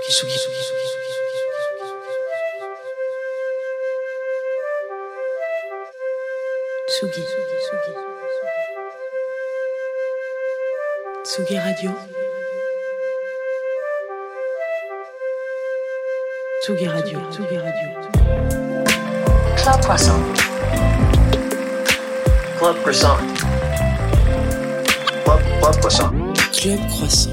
Tsugi. Tsugi Radio. Tsugi Radio. Club Croissant. Club Croissant. Club Croissant. Club Croissant.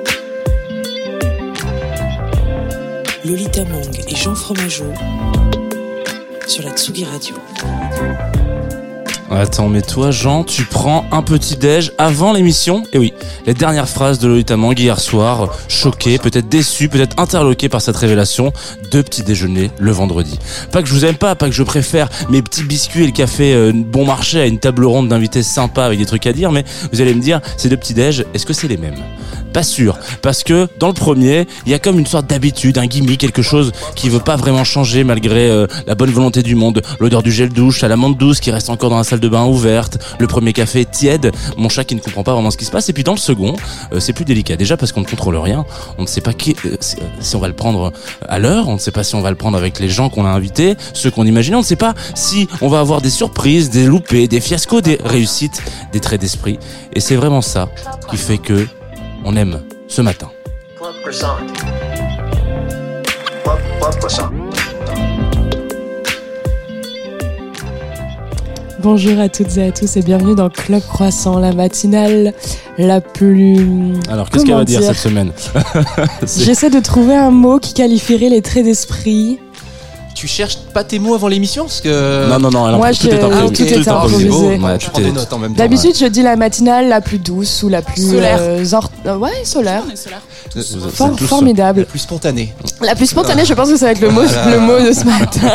Lolita Mang et Jean Fromageau sur la Tsugi Radio. Attends, mais toi, Jean, tu prends un petit déj avant l'émission? Et oui, les dernières phrases de Lolita Mang hier soir, choqué, peut-être déçu, peut-être interloqué par cette révélation, 2 petits déjeuners le vendredi. Pas que je vous aime pas que je préfère mes petits biscuits et le café bon marché à une table ronde d'invités sympas avec des trucs à dire, mais vous allez me dire, ces 2 petits déj, est-ce que c'est les mêmes? Pas sûr, parce que dans le premier, il y a comme une sorte d'habitude, un gimmick, quelque chose qui veut pas vraiment changer malgré la bonne volonté du monde. L'odeur du gel douche, à la menthe douce qui reste encore dans la salle de bain ouverte, le premier café tiède, mon chat qui ne comprend pas vraiment ce qui se passe. Et puis dans le second, c'est plus délicat. Déjà parce qu'on ne contrôle rien, on ne sait pas si on va le prendre à l'heure, on ne sait pas si on va le prendre avec les gens qu'on a invités, ceux qu'on imagine, on ne sait pas si on va avoir des surprises, des loupés, des fiascos, des réussites, des traits d'esprit. Et c'est vraiment ça qui fait que on aime ce matin. Club Croissant. Club Croissant. Bonjour à toutes et à tous et bienvenue dans Club Croissant, la matinale la plus... Alors, qu'est-ce qu'elle va dire cette semaine? J'essaie de trouver un mot qui qualifierait les traits d'esprit. Tu cherches pas tes mots avant l'émission parce que... Non, Moi, tout est improvisé. tout est improvisé. Ouais, Je prends des notes en même temps. D'habitude, je dis la matinale la plus douce ou la plus... Solaire. Solaire. Tous Formidable. La plus spontanée. La plus spontanée, je pense que ça va être le mot de ce matin.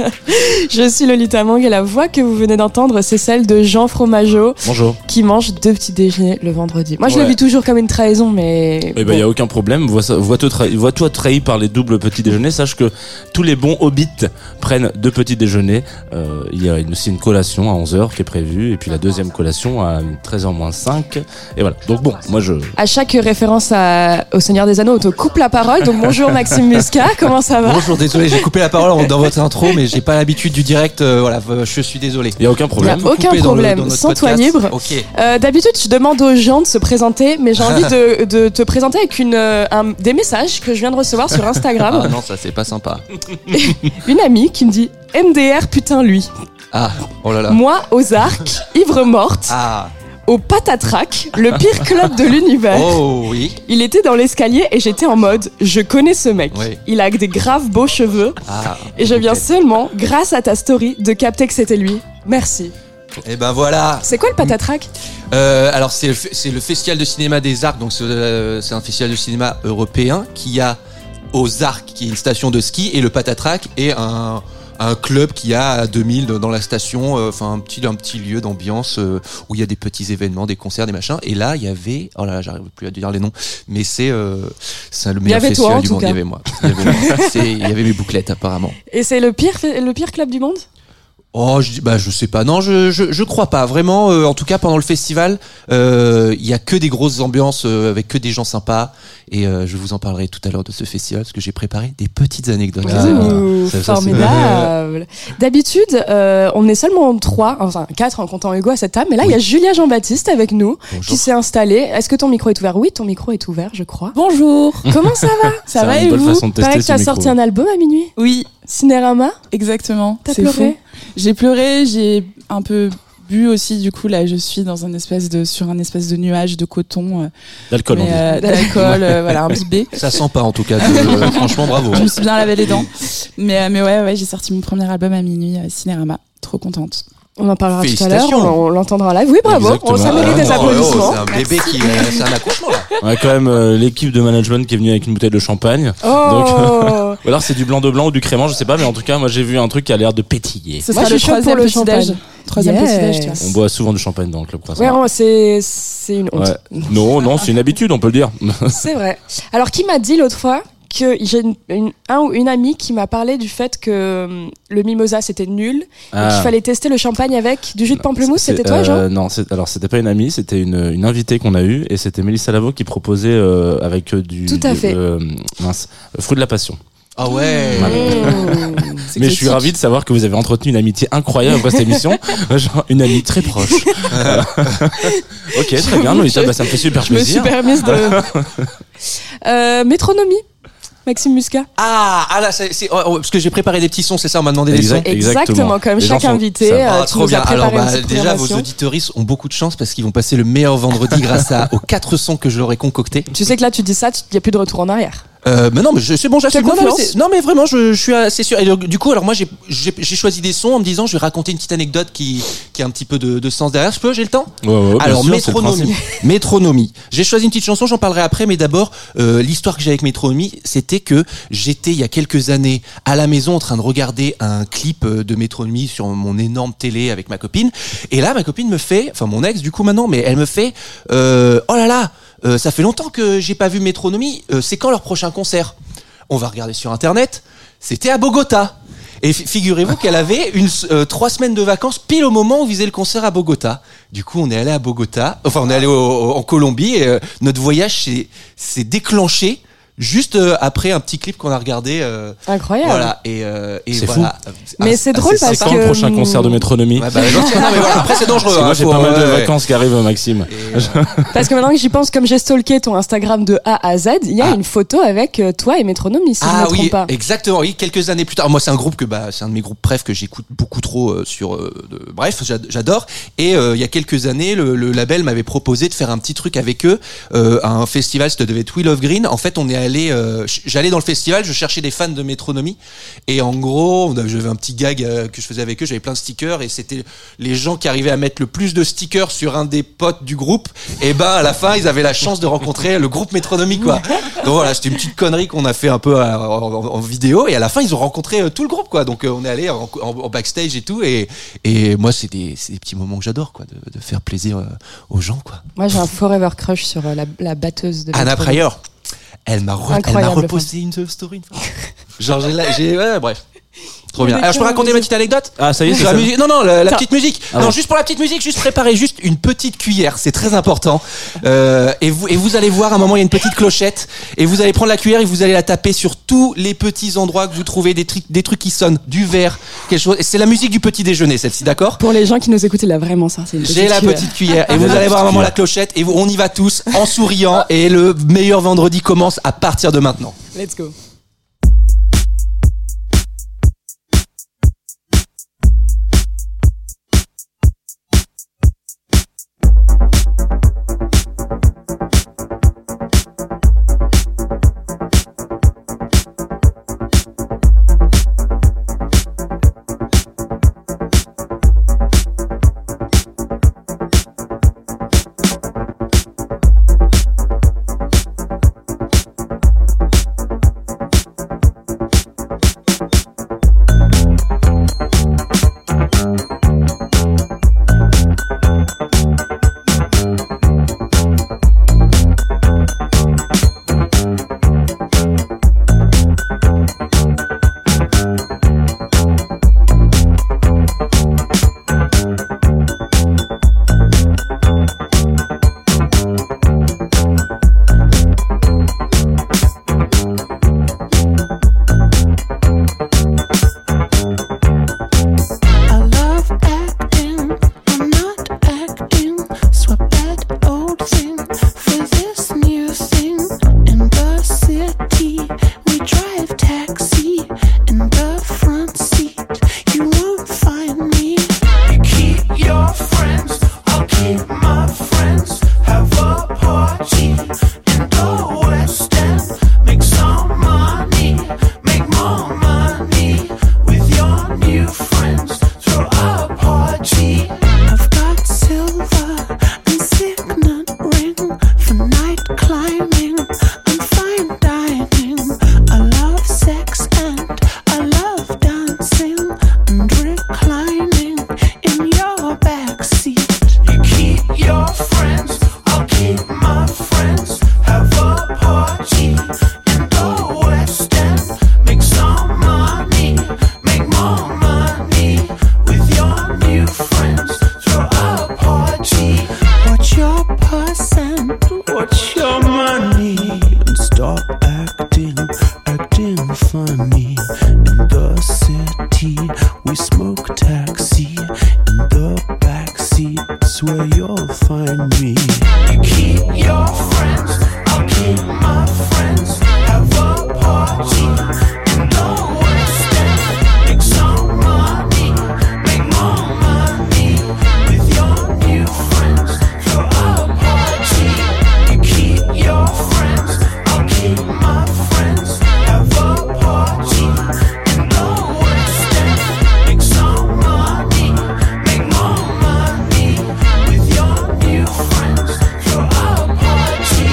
Je suis Lolita Mang et la voix que vous venez d'entendre, c'est celle de Jean Fromageau. Bonjour. Qui mange 2 petits déjeuners le vendredi. Moi, je le vis toujours comme une trahison, mais... Eh ben, y a aucun problème. Vois-toi trahi par les doubles petits déjeuners. Sache que tous les bons hobbits prennent 2 petits déjeuners. Il y a aussi une collation à 11h qui est prévue. Et puis la deuxième collation à 13h-5. Et voilà. Donc bon, moi À chaque référence au Seigneur des Anneaux, on te coupe la parole. Donc bonjour Maxime Muscat, comment ça va? Bonjour, désolé, j'ai coupé la parole dans votre intro, mais j'ai pas l'habitude du direct. Voilà, je suis désolé. Il y a aucun problème. Il y a aucun problème. Sens-toi libre. Ok. D'habitude, je demande aux gens de se présenter, mais j'ai envie de te présenter avec des messages que je viens de recevoir sur Instagram. Ah non, ça c'est pas sympa. Une amie qui me dit MDR, putain, lui. Ah, oh là là. Moi, aux arcs, ivre morte. Ah. Au Patatrac, le pire club de l'univers. Oh oui. Il était dans l'escalier et j'étais en mode je connais ce mec. Oui. Il a des graves beaux cheveux. Ah. Et je viens seulement, grâce à ta story, de capter que c'était lui. Merci. Et ben voilà. C'est quoi le Patatrac? Alors c'est le Festival de cinéma des Arcs, donc c'est un festival de cinéma européen qui a aux Arcs, qui est une station de ski, et le Patatrac est un club qui a à 2000 dans la station, un petit lieu d'ambiance où il y a des petits événements, des concerts, des machins. Et là, il y avait, oh là là, j'arrive plus à dire les noms, mais c'est le meilleur festival du monde. Il y avait moi. Il y avait mes bouclettes apparemment. Et c'est le pire club du monde? Oh, je sais pas. Non, je crois pas. Vraiment, en tout cas, pendant le festival, il y a que des grosses ambiances avec que des gens sympas. Et je vous en parlerai tout à l'heure de ce festival parce que j'ai préparé des petites anecdotes. Formidable. D'habitude, on est seulement 3, enfin 4 en comptant Hugo à cette table. Mais là, il y a Julia Jean-Baptiste avec nous. Bonjour. Qui s'est installée. Est-ce que ton micro est ouvert? Oui, ton micro est ouvert, je crois. Bonjour. Comment ça va? Ça va et vous? Paraît que tu as sorti un album à minuit. Oui. Cinérama. Exactement. T'as pleuré? J'ai pleuré, j'ai un peu bu aussi. Du coup, là, je suis dans sur un espèce de nuage de coton. D'alcool, on dit. D'alcool, voilà, imbibé. Ça sent pas, en tout cas. Franchement, bravo. Je me suis bien lavé les dents. Mais ouais, j'ai sorti mon premier album à minuit, Cinérama. Trop contente. On en parlera tout à l'heure, on l'entendra live. Oui, bravo. Exactement. Ça mérite des applaudissements. C'est un bébé c'est un accouchement, là. On a quand même l'équipe de management qui est venue avec une bouteille de champagne. Oh. Donc, ou alors c'est du blanc de blanc ou du crément, je sais pas, mais en tout cas, moi j'ai vu un truc qui a l'air de pétiller. Ce sera le troisième petit déj. Troisième petit déj, tu vois. On boit souvent du champagne dans le Club Croissant. Ouais, c'est une honte. Ouais. Non, c'est une habitude, on peut le dire. C'est vrai. Alors, qui m'a dit l'autre fois que j'ai un ou une amie qui m'a parlé du fait que le mimosa c'était nul et qu'il fallait tester le champagne avec du jus de pamplemousse. C'était toi, Jean? Non, alors c'était pas une amie, c'était une invitée qu'on a eue et c'était Mélissa Lavo qui proposait avec du Tout à fait. fruit de la passion. Ah ouais. Mais je suis ravi de savoir que vous avez entretenu une amitié incroyable après cette émission. Genre une amie très proche. Ok, très bien, Lolita, ça me fait super Je me suis plaisir. permise de... Métronomie, Maxime Muscat. Ah là, parce que j'ai préparé des petits sons, c'est ça, on m'a demandé des sons. Exactement, comme Les chaque gens sont- invité. Ah, tu trop nous as bien. Alors, préparé une petite déjà, vos programmation. auditeuristes ont beaucoup de chance parce qu'ils vont passer le meilleur vendredi grâce aux 4 sons que je leur ai concoctés. Tu sais que là, tu dis ça, il n'y a plus de retour en arrière. Mais non, mais c'est bon, j'assume. Quelle confiance. Non, mais vraiment, je suis assez sûr. Et donc, du coup, alors moi, j'ai choisi des sons en me disant, je vais raconter une petite anecdote qui a un petit peu de sens derrière. Je peux, j'ai le temps? Ouais, Alors, bien sûr, c'est le Métronomie. Métronomie. J'ai choisi une petite chanson, j'en parlerai après, mais d'abord, l'histoire que j'ai avec Métronomie, c'était que j'étais, il y a quelques années, à la maison en train de regarder un clip de Métronomie sur mon énorme télé avec ma copine. Et là, ma copine me fait, enfin, mon ex, du coup, maintenant, mais elle me fait, oh là là, ça fait longtemps que j'ai pas vu Métronomie, c'est quand leur prochain concert? On va regarder sur internet, c'était à Bogota. Et figurez-vous qu'elle avait 3 semaines de vacances pile au moment où visait le concert à Bogota. Du coup, on est allé à Bogota, enfin on est allé en Colombie et notre voyage s'est déclenché juste après un petit clip qu'on a regardé. Incroyable. Voilà, et C'est voilà. Mais c'est drôle parce C'est quand le que- prochain concert de Métronomie? Ouais, bah, non, mais voilà, après c'est dangereux. Parce que moi hein, j'ai faut- pas mal de ouais, ouais. vacances qui arrivent, Maxime. Parce que maintenant que j'y pense, comme j'ai stalké ton Instagram de A à Z, il y a une photo avec toi et Métronomie, si je ne me trompe oui, pas. exactement. Oui, quelques années plus tard. Moi, c'est un groupe c'est un de mes groupes préf que j'écoute beaucoup trop bref, j'adore. Et il y a quelques années, le label m'avait proposé de faire un petit truc avec eux, à un festival. Ça devait être Wheel of Green. En fait, on est allé. J'allais dans le festival, je cherchais des fans de Métronomie, et en gros, j'avais un petit gag que je faisais avec eux. J'avais plein de stickers, et c'était les gens qui arrivaient à mettre le plus de stickers sur un des potes du groupe. Et ben, à la fin, ils avaient la chance de rencontrer le groupe Métronomie, quoi. Donc voilà, c'était une petite connerie qu'on a fait un peu en vidéo, et à la fin ils ont rencontré tout le groupe, quoi. Donc on est allé en backstage et tout, et moi c'est des petits moments que j'adore, quoi, de faire plaisir aux gens, quoi. Moi, j'ai un forever crush sur la batteuse de Anna Métronomie. Pryor, elle m'a Incroyable reposté une story une fois. Genre bref. Trop Mais bien. Alors je peux d'accord, raconter ma petite anecdote? Ah, ça y est, c'est La ça. musique. Non, la Attends. petite musique. Ah non, ouais. juste pour la petite musique, juste préparer juste une petite cuillère, c'est très important. Et vous allez voir, à un moment, il y a une petite clochette, et vous allez prendre la cuillère et vous allez la taper sur tous les petits endroits que vous trouvez, des trucs qui sonnent, du verre, quelque chose. Et c'est la musique du petit déjeuner, celle-ci, d'accord? Pour les gens qui nous écoutent, il a vraiment ça. C'est une J'ai la cuillère. petite cuillère, et vous allez voir à un moment la clochette, et on y va tous en souriant, et le meilleur vendredi commence à partir de maintenant. Let's go. didn't find me in the city. We smoke taxi in the backseat. It's where you'll find me. You keep your friends, I'll keep my friends. Have a party in the West End. Make some money, make more money with your new friends. Throw a party. You keep your friends, I'll keep my friends. Have a party in the West End. Make some money, make more money with your new friends. Throw a party.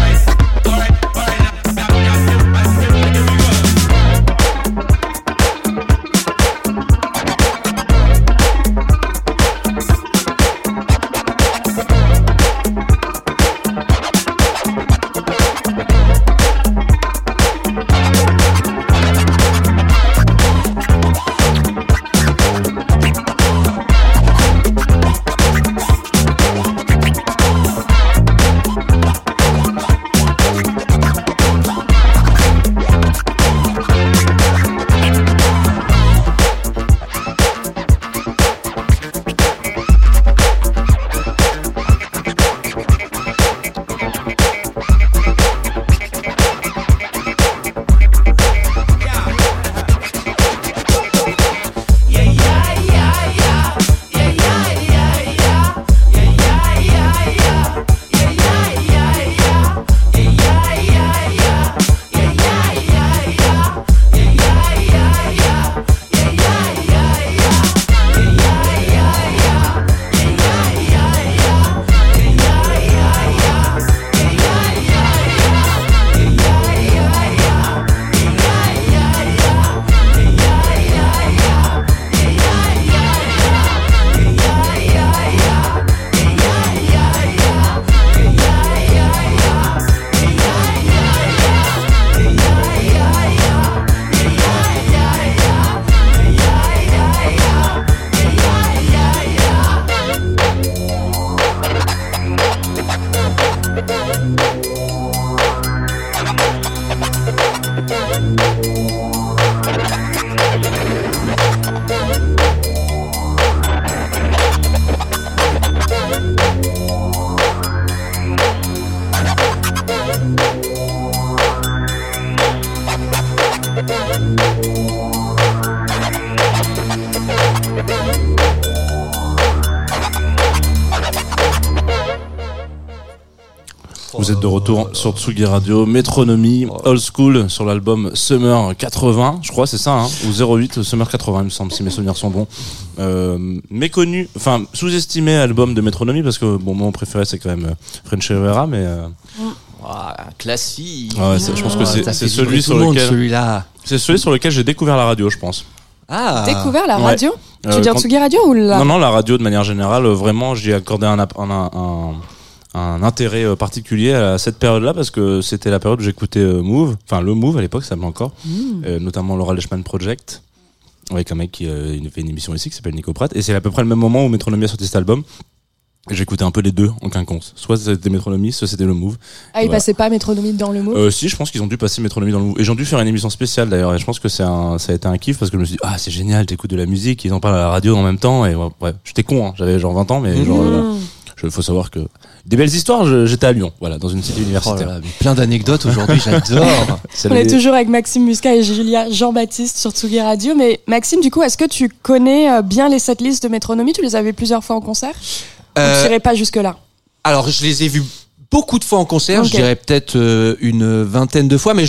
Vous êtes de retour sur Tsugi Radio, Métronomie, Old School, sur l'album Summer 80, je crois c'est ça, hein, ou 08, Summer 80 il me semble, si mes souvenirs sont bons. Méconnu, enfin sous-estimé album de Métronomie, parce que bon, mon préféré c'est quand même French Rivera, mais... Classique. Ouais, je pense que c'est celui sur lequel... Celui-là. C'est celui sur lequel j'ai découvert la radio, je pense. Ah. Découvert la Ouais. radio Tu veux dire Tsugi Radio ou la... Non, la radio de manière générale, vraiment, j'y ai accordé un intérêt particulier à cette période-là, parce que c'était la période où j'écoutais Move, enfin le Move à l'époque, ça s'appelait encore, notamment l'Oral Leishman Project, avec un mec qui fait une émission ici qui s'appelle Nico Pratt, et c'est à peu près le même moment où Métronomie a sorti cet album. Et j'écoutais un peu les deux en quinconce. Soit c'était Métronomie, soit c'était le Move. Ah, il passait pas Métronomie dans le Move Si, je pense qu'ils ont dû passer Métronomie dans le Move. Et j'ai dû faire une émission spéciale d'ailleurs. Et je pense que ça a été un kiff, parce que je me suis dit, c'est génial, t'écoutes de la musique, ils en parlent à la radio en même temps. Et ouais, j'étais con, hein. J'avais genre 20 ans, mais faut savoir que des belles histoires. J'étais à Lyon, voilà, dans une cité universitaire. Oh là là, plein d'anecdotes aujourd'hui, j'adore. On est toujours avec Maxime Muscat et Julia Jean-Baptiste sur Tsugi Radio. Mais Maxime, du coup, est-ce que tu connais bien les setlists de Métronomie ? Tu les avais plusieurs fois en concert ? Ou tu n'irais pas jusque-là ? Alors, je les ai vus beaucoup de fois en concert, Okay. je dirais peut-être une vingtaine de fois, mais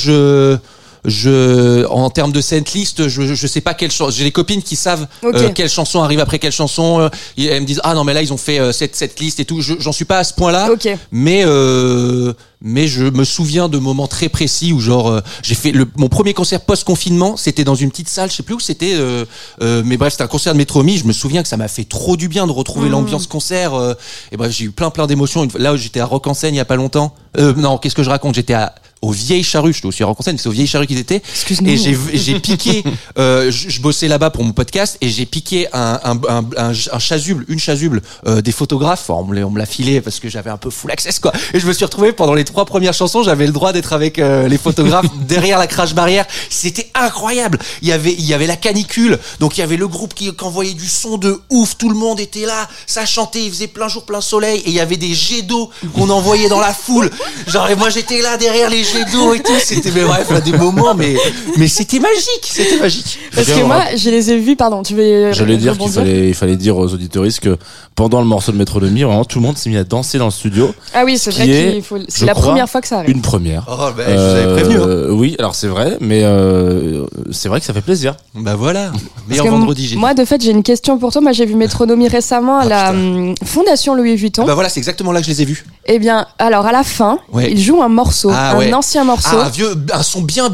en termes de setlist, je sais pas quelle chanson. J'ai des copines qui savent quelle chanson arrive après quelle chanson. Elles me disent non mais là ils ont fait cette setlist et tout. J'en suis pas à ce point-là. Okay. Mais je me souviens de moments très précis où genre j'ai fait mon premier concert post-confinement, c'était dans une petite salle, je sais plus où c'était, mais bref c'était un concert de Métronomie. Je me souviens que ça m'a fait trop du bien de retrouver l'ambiance concert. Et bref j'ai eu plein d'émotions. Là où j'étais à Rock en Seine il y a pas longtemps. Non, qu'est-ce que je raconte ? J'étais aux Vieilles Charrues. Je t'ai aussi rencontré, mais c'est aux Vieilles Charrues qu'ils étaient. Excuse-nous. Et j'ai piqué, je bossais là-bas pour mon podcast et j'ai piqué un chasuble, une chasuble des photographes. Enfin, on me l'a filé parce que j'avais un peu full access, quoi. Et je me suis retrouvé pendant les 3 premières chansons, j'avais le droit d'être avec les photographes derrière la crash barrière. C'était incroyable. Il y avait la canicule, donc il y avait le groupe qui envoyait du son de ouf. Tout le monde était là, ça chantait, il faisait plein jour, plein soleil, et il y avait des jets d'eau qu'on envoyait dans la foule. Genre, et moi j'étais là derrière les jets d'eau et tout. C'était, mais bref, là, des moments, mais c'était magique. Parce que moi, je les ai vus, pardon, tu veux. J'allais dire qu'il fallait dire aux auditeuristes que pendant le morceau de Métronomie, vraiment tout le monde s'est mis à danser dans le studio. Ah oui, c'est vrai qu'il faut. C'est la première fois que ça arrive. Une première. Oh, bah, je vous avais prévenu. Hein. Oui, alors c'est vrai, mais c'est vrai que ça fait plaisir. Bah voilà. Meilleur vendredi, j'ai dit. Moi, de fait, j'ai une question pour toi. Moi, j'ai vu Métronomie récemment à la Fondation Louis Vuitton. Bah voilà, c'est exactement là que je les ai vus. Eh bien, alors à la fin, ils jouent un morceau, ancien morceau. Un son bien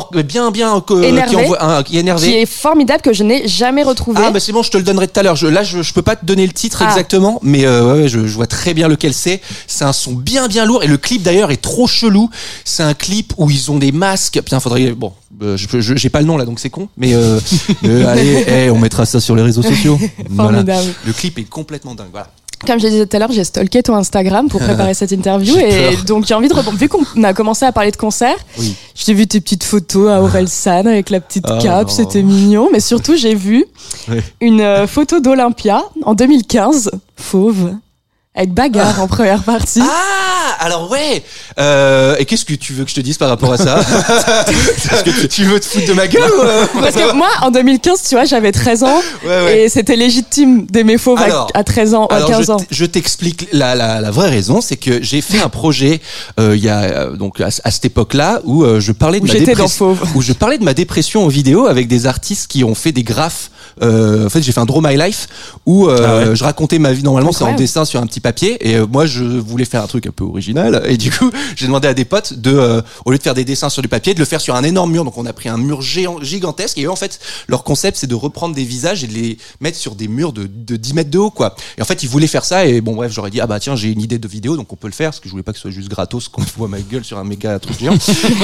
énervé, qui est énervé. Qui est formidable, que je n'ai jamais retrouvé. Ah bah c'est bon, je te le donnerai tout à l'heure. Je peux pas te donner le titre exactement, mais je vois très bien lequel c'est. C'est un son bien lourd, et le clip d'ailleurs est trop chelou. C'est un clip où ils ont des masques. Putain, faudrait j'ai pas le nom là, donc c'est con. Mais allez, on mettra ça sur les réseaux sociaux. Formidable. Voilà. Le clip est complètement dingue. Voilà. Comme je disais tout à l'heure, j'ai stalké ton Instagram pour préparer cette interview, et donc j'ai envie de répondre. Vu qu'on a commencé à parler de concert, j'ai vu tes petites photos à Orelsan avec la petite cape, c'était mignon. Mais surtout, j'ai vu une photo d'Olympia en 2015, fauve, avec bagarre en première partie. Ah, alors ouais. Et qu'est-ce que tu veux que je te dise par rapport à ça? Est-ce que tu veux te foutre de ma gueule ou... Parce que moi, en 2015, tu vois, j'avais 13 ans. Et c'était légitime d'aimer fauve à 13 ans ou à 15 ans. Je t'explique la vraie raison, c'est que j'ai fait un projet il y a donc à cette époque-là où je parlais de je parlais de ma dépression en vidéo avec des artistes qui ont fait des graphes. En fait, j'ai fait un Draw My Life où je racontais ma vie. Normalement, c'est en dessin sur un petit papier, et moi, je voulais faire un truc un peu original, et du coup, j'ai demandé à des potes au lieu de faire des dessins sur du papier, de le faire sur un énorme mur. Donc, on a pris un mur gigantesque, et eux, en fait, leur concept, c'est de reprendre des visages et de les mettre sur des murs de 10 mètres de haut, quoi. Et en fait, ils voulaient faire ça, et bon, bref, j'aurais dit, ah bah tiens, j'ai une idée de vidéo, donc on peut le faire, parce que je voulais pas que ce soit juste gratos, qu'on voit ma gueule sur un méga truc géant.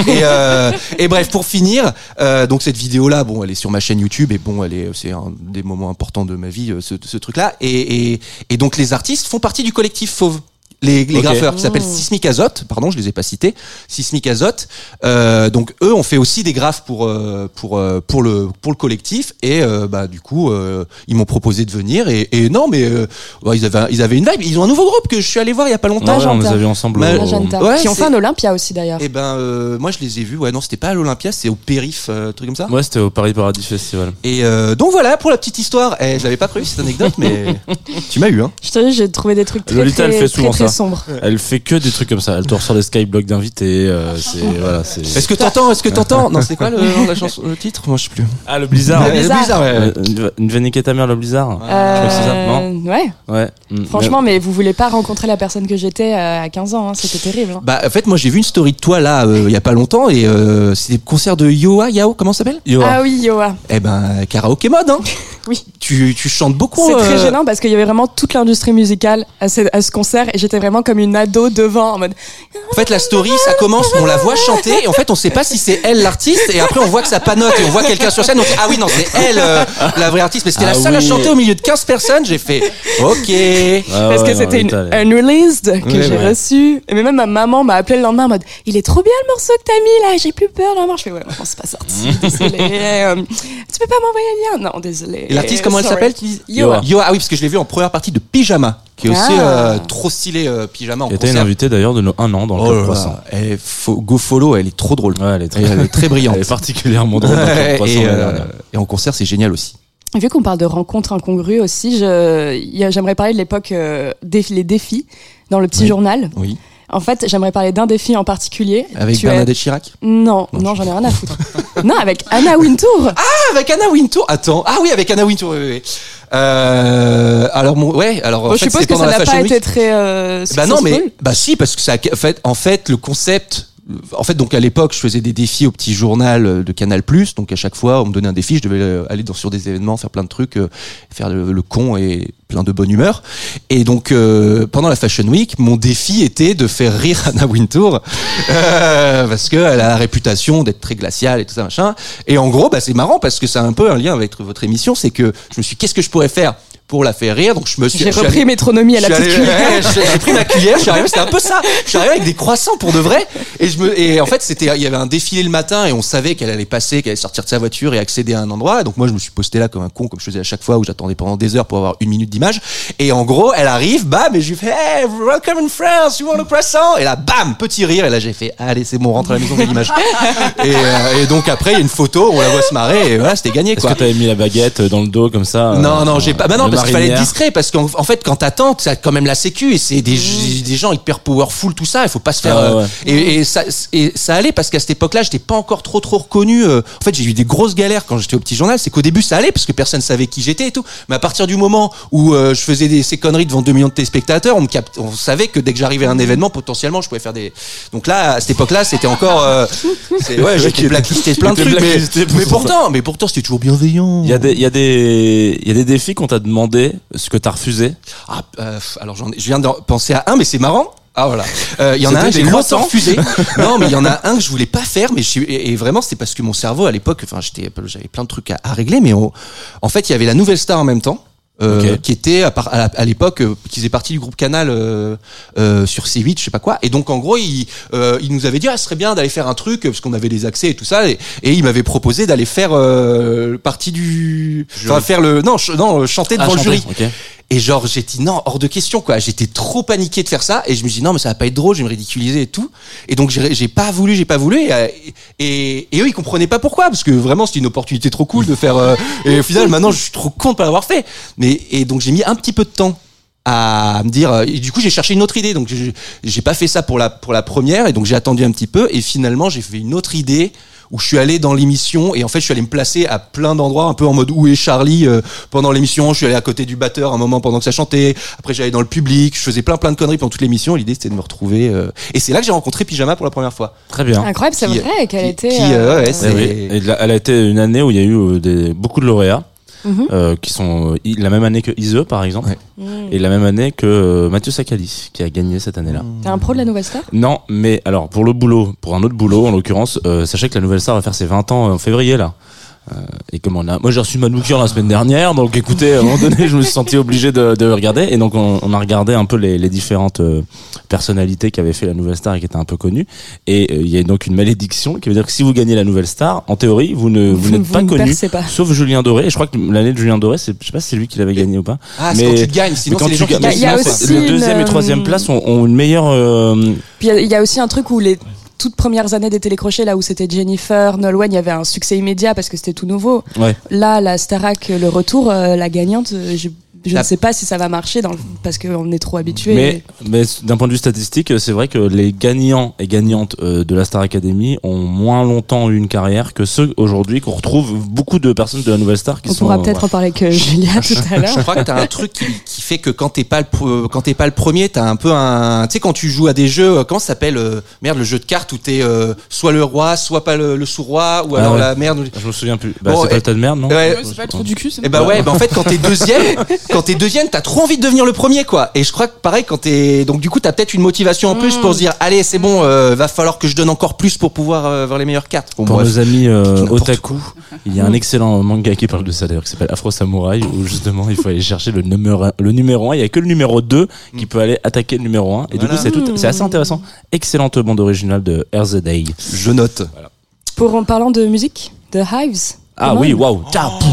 Et bref, pour finir, donc cette vidéo-là, bon, elle est sur ma chaîne YouTube, et bon, c'est un des moments importants de ma vie, ce truc-là. Et donc, les artistes font partie du collectif Fauve. Les graffeurs qui s'appellent Sismic Azote, pardon, je les ai pas cités. Sismic Azote. Donc eux ont fait aussi des graphes pour le collectif, et bah du coup ils m'ont proposé de venir, et non mais ils avaient une vibe. Ils ont un nouveau groupe que je suis allé voir il y a pas longtemps. On les a vus ensemble. Qui ont fait un Olympia aussi d'ailleurs. Et moi je les ai vus. Ouais, non, c'était pas à l'Olympia, c'est au Périph, truc comme ça. Ouais, c'était au Paris Paradis Festival. Et donc voilà pour la petite histoire. Je l'avais pas prévu cette anecdote, mais tu m'as eu, hein. Je te dis, j'ai trouvé des trucs Lolita, elle fait souvent ça. Sombre. Elle fait que des trucs comme ça. Elle te ressort des skyblogs d'invités. Est-ce que t'entends Non, c'est quoi la chanson, le titre? Moi, je sais plus. Ah, le Blizzard. Le Blizzard, ouais. Une va niquer ta mère, le Blizzard. Je crois que c'est ça, non? Ouais. Franchement, mais vous voulez pas rencontrer la personne que j'étais à 15 ans, hein. C'était terrible. Hein. Bah, en fait, moi, j'ai vu une story de toi là, il y a pas longtemps, et c'est des concerts de Yao, comment ça s'appelle? Ah oui, Yoa. Eh ben, karaoké mode, hein. Oui. Tu chantes beaucoup. C'est très gênant parce qu'il y avait vraiment toute l'industrie musicale à ce concert, et j'étais vraiment comme une ado devant en mode. En fait, la story, ça commence, on la voit chanter, et en fait, on sait pas si c'est elle l'artiste, et après, on voit que ça panote, et on voit quelqu'un sur scène, on dit, ah oui, non, c'est elle, la vraie artiste, mais c'était la seule à chanter au milieu de 15 personnes. J'ai fait, ok. Parce que c'était une unreleased que j'ai reçue. Et même ma maman m'a appelé le lendemain en mode, il est trop bien le morceau que t'as mis là, j'ai plus peur. Non, je fais, ouais, c'est pas sorti, désolé. Tu peux pas m'envoyer le lien? Non, désolé. Et l'artiste, comment elle s'appelle? Yoa. Ah oui, parce que je l'ai vu en première partie de Pyjama, qui est aussi trop stylé, Pyjama en concert. Elle était une invitée d'ailleurs de nos 1 an dans le Club Croissant. Go follow, elle est trop drôle. Ouais, elle est très brillante. Elle est particulièrement drôle dans le Club Croissant. Et en concert, c'est génial aussi. Vu qu'on parle de rencontres incongrues aussi, j'aimerais parler de l'époque les défis dans le petit journal. Oui. En fait, j'aimerais parler d'un défi en particulier. Avec Bernadette Chirac? Non, j'en ai rien à foutre. Non, avec Anna Wintour. Ah, avec Anna Wintour. Attends. Ah oui, avec Anna Wintour. Oui. Alors je suppose que ça n'a pas été très bah non, mais bah si, parce que ça en fait le concept. En fait, donc à l'époque, je faisais des défis au petit journal de Canal+. Donc à chaque fois, on me donnait un défi, je devais aller sur des événements, faire plein de trucs, faire le con et plein de bonne humeur. Et donc pendant la Fashion Week, mon défi était de faire rire Anna Wintour parce que elle a la réputation d'être très glaciale et tout ça machin. Et en gros, c'est marrant parce que c'est un peu un lien avec votre émission, c'est que je me suis dit, qu'est-ce que je pourrais faire pour la faire rire. Donc j'ai repris Métronomie à la petite cuillère. J'ai pris ma cuillère, je suis arrivé, c'était un peu ça. Je suis arrivé avec des croissants pour de vrai. Et en fait, il y avait un défilé le matin et on savait qu'elle allait passer, qu'elle allait sortir de sa voiture et accéder à un endroit. Et donc moi, je me suis posté là comme un con, comme je faisais à chaque fois où j'attendais pendant des heures pour avoir 1 minute d'image. Et en gros, elle arrive, bam, et je lui fais, hey, welcome in France, you want a croissant? Et là, bam, petit rire. Et là, j'ai fait, allez, c'est bon, rentre à la maison, j'ai l'image. Et donc après, il y a une photo, on la voit se marrer et voilà, c'était gagné, quoi. Est-ce que t'avais mis la baguette dans le dos comme ça? Non, j'ai pas. Bah non, parce qu'il fallait être discret. Parce qu'en fait, quand t'attends, t'as quand même la sécu et c'est des gens hyper powerful, tout ça. Il faut pas se faire. Et ça allait parce qu'à cette époque-là, j'étais pas encore trop reconnu. En fait, j'ai eu des grosses galères quand j'étais au Petit Journal. C'est qu'au début, ça allait parce que personne savait qui j'étais et tout. Mais à partir du moment où je faisais ces conneries devant 2 millions de téléspectateurs, on savait que dès que j'arrivais à un événement, potentiellement, je pouvais faire des. Donc là, à cette époque-là, c'était encore. J'étais blacklisté plein de trucs. Mais pourtant, c'était toujours bienveillant. Il y a des défis qu'on t'a demandé, ce que t'as refusé. Alors je viens de penser à un, mais c'est marrant. Ah voilà. Il y en a un que j'ai longtemps refusé. Non, mais il y en a un que je voulais pas faire, mais et vraiment c'était parce que mon cerveau à l'époque, j'avais plein de trucs à régler, mais en fait il y avait la Nouvelle Star en même temps. Qui était à l'époque qui faisait partie du groupe Canal sur C8, je sais pas quoi, et donc en gros il nous avait dit ce serait bien d'aller faire un truc parce qu'on avait les accès et tout ça, et il m'avait proposé d'aller faire partie du chanter devant le jury. Okay. Et genre j'ai dit non, hors de question quoi, j'étais trop paniqué de faire ça et je me dis non mais ça va pas être drôle, je vais me ridiculiser et tout, et donc j'ai pas voulu et eux ils comprenaient pas pourquoi, parce que vraiment c'était une opportunité trop cool de faire et au final maintenant je suis trop con de pas l'avoir fait, et donc j'ai mis un petit peu de temps à me dire, et du coup j'ai cherché une autre idée, donc j'ai pas fait ça pour la première, et donc j'ai attendu un petit peu et finalement j'ai fait une autre idée où je suis allé dans l'émission et en fait je suis allé me placer à plein d'endroits un peu en mode où est Charlie pendant l'émission. Je suis allé à côté du batteur un moment pendant que ça chantait, après j'allais dans le public, je faisais plein de conneries pendant toute l'émission. L'idée c'était de me retrouver et c'est là que j'ai rencontré Pyjama pour la première fois. Très bien. Incroyable, c'est vrai qu'elle était elle a été une année où il y a eu beaucoup de lauréats. Qui sont la même année que Ise par exemple, et la même année que Mathieu Sakali qui a gagné cette année-là. T'es un pro de la Nouvelle Star? Non, mais alors pour un autre boulot en l'occurrence, sachez que la Nouvelle Star va faire ses 20 ans en février là. Et comme moi j'ai reçu Manoukian la semaine dernière, donc écoutez, à un moment donné je me suis senti obligé de regarder, et donc on a regardé un peu les différentes personnalités qui avaient fait la Nouvelle Star et qui étaient un peu connues, et il y a donc une malédiction qui veut dire que si vous gagnez la Nouvelle Star, en théorie vous n'êtes pas connu, sauf Julien Doré, et je crois que l'année de Julien Doré, je sais pas si c'est lui qui l'avait gagné ou pas, mais quand tu te gagnes, sinon c'est les gens qui gagnent. Le deuxième et troisième place ont une meilleure puis il y a aussi un truc où les toutes premières années des télécrochets, là où c'était Jennifer, Nolwenn, il y avait un succès immédiat parce que c'était tout nouveau. Ouais. Là, la Starac, le retour, la gagnante, je ne sais pas si ça va marcher parce qu'on est trop habitué. Mais d'un point de vue statistique, c'est vrai que les gagnants et gagnantes de la Star Academy ont moins longtemps eu une carrière que ceux aujourd'hui qu'on retrouve beaucoup de personnes de la Nouvelle Star qui On pourra peut-être en parler avec Julia tout à l'heure. Je crois que t'as un truc qui fait que quand t'es pas le premier, t'as un peu tu sais, quand tu joues à des jeux, comment ça s'appelle, le jeu de cartes où t'es soit le roi, soit pas le sous-roi, ou alors la merde. Je me souviens plus. C'est pas le tas de merde, non? C'est pas le trou du cul, c'est en fait, quand t'es deuxième, t'as trop envie de devenir le premier, quoi. Et je crois que pareil, donc du coup, t'as peut-être une motivation en plus pour se dire, allez, c'est bon, va falloir que je donne encore plus pour pouvoir avoir les meilleures cartes. Pour nos amis otaku, il y a un excellent manga qui parle de ça d'ailleurs, qui s'appelle Afro Samurai, où justement il faut aller chercher le numéro 1. Il y a que le numéro 2 qui peut aller attaquer le numéro 1. Et du coup, c'est assez intéressant. Excellente bande originale de RZA. Je note. Voilà. En parlant de musique, The Hives. Ah oui, waouh.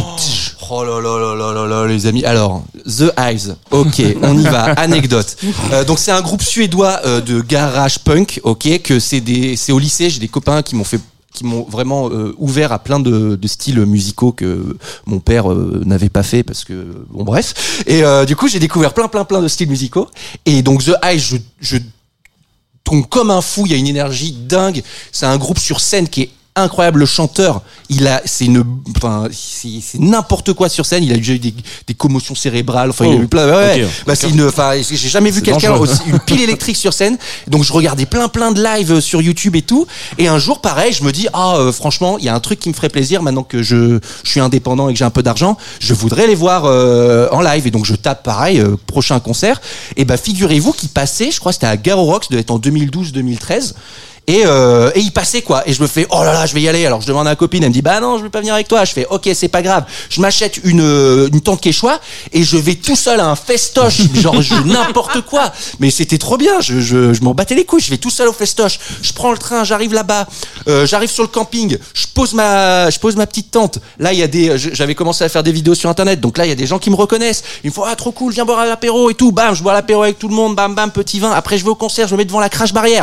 Oh là là là là là là, les amis. Alors, The Hives. Ok, on y va. Anecdote. Donc c'est un groupe suédois de garage punk. Ok, que c'est au lycée. J'ai des copains qui m'ont vraiment ouvert à plein de styles musicaux que mon père n'avait pas fait parce que bon bref. Et du coup j'ai découvert plein de styles musicaux. Et donc The Hives, je tombe comme un fou. Il y a une énergie dingue. C'est un groupe sur scène qui est incroyable. Le chanteur, c'est n'importe quoi sur scène. Il a déjà eu des commotions cérébrales. Enfin, il a eu plein. Ouais. Okay, j'ai jamais vu quelqu'un aussi, une pile électrique sur scène. Donc, je regardais plein de lives sur YouTube et tout. Et un jour, pareil, je me dis, franchement, il y a un truc qui me ferait plaisir maintenant que je suis indépendant et que j'ai un peu d'argent. Je voudrais les voir en live. Et donc, je tape pareil, prochain concert. Et figurez-vous qu'il passait, je crois que c'était à Garo Rock, ça devait être en 2012-2013. Et il passait quoi. Et je me fais oh là là, je vais y aller. Alors je demande à ma copine, elle me dit bah non, je vais pas venir avec toi. Je fais ok, c'est pas grave. Je m'achète une tente Quechua et je vais tout seul à un festoche, genre n'importe quoi. Mais c'était trop bien. Je m'en battais les couilles. Je vais tout seul au festoche. Je prends le train, j'arrive là-bas. J'arrive sur le camping. Je pose ma petite tente. Là il y a j'avais commencé à faire des vidéos sur internet. Donc là il y a des gens qui me reconnaissent. Ils me font ah trop cool, viens boire à l'apéro et tout. Bam, je bois l'apéro avec tout le monde. Bam bam, petit vin. Après je vais au concert. Je me mets devant la crash barrière.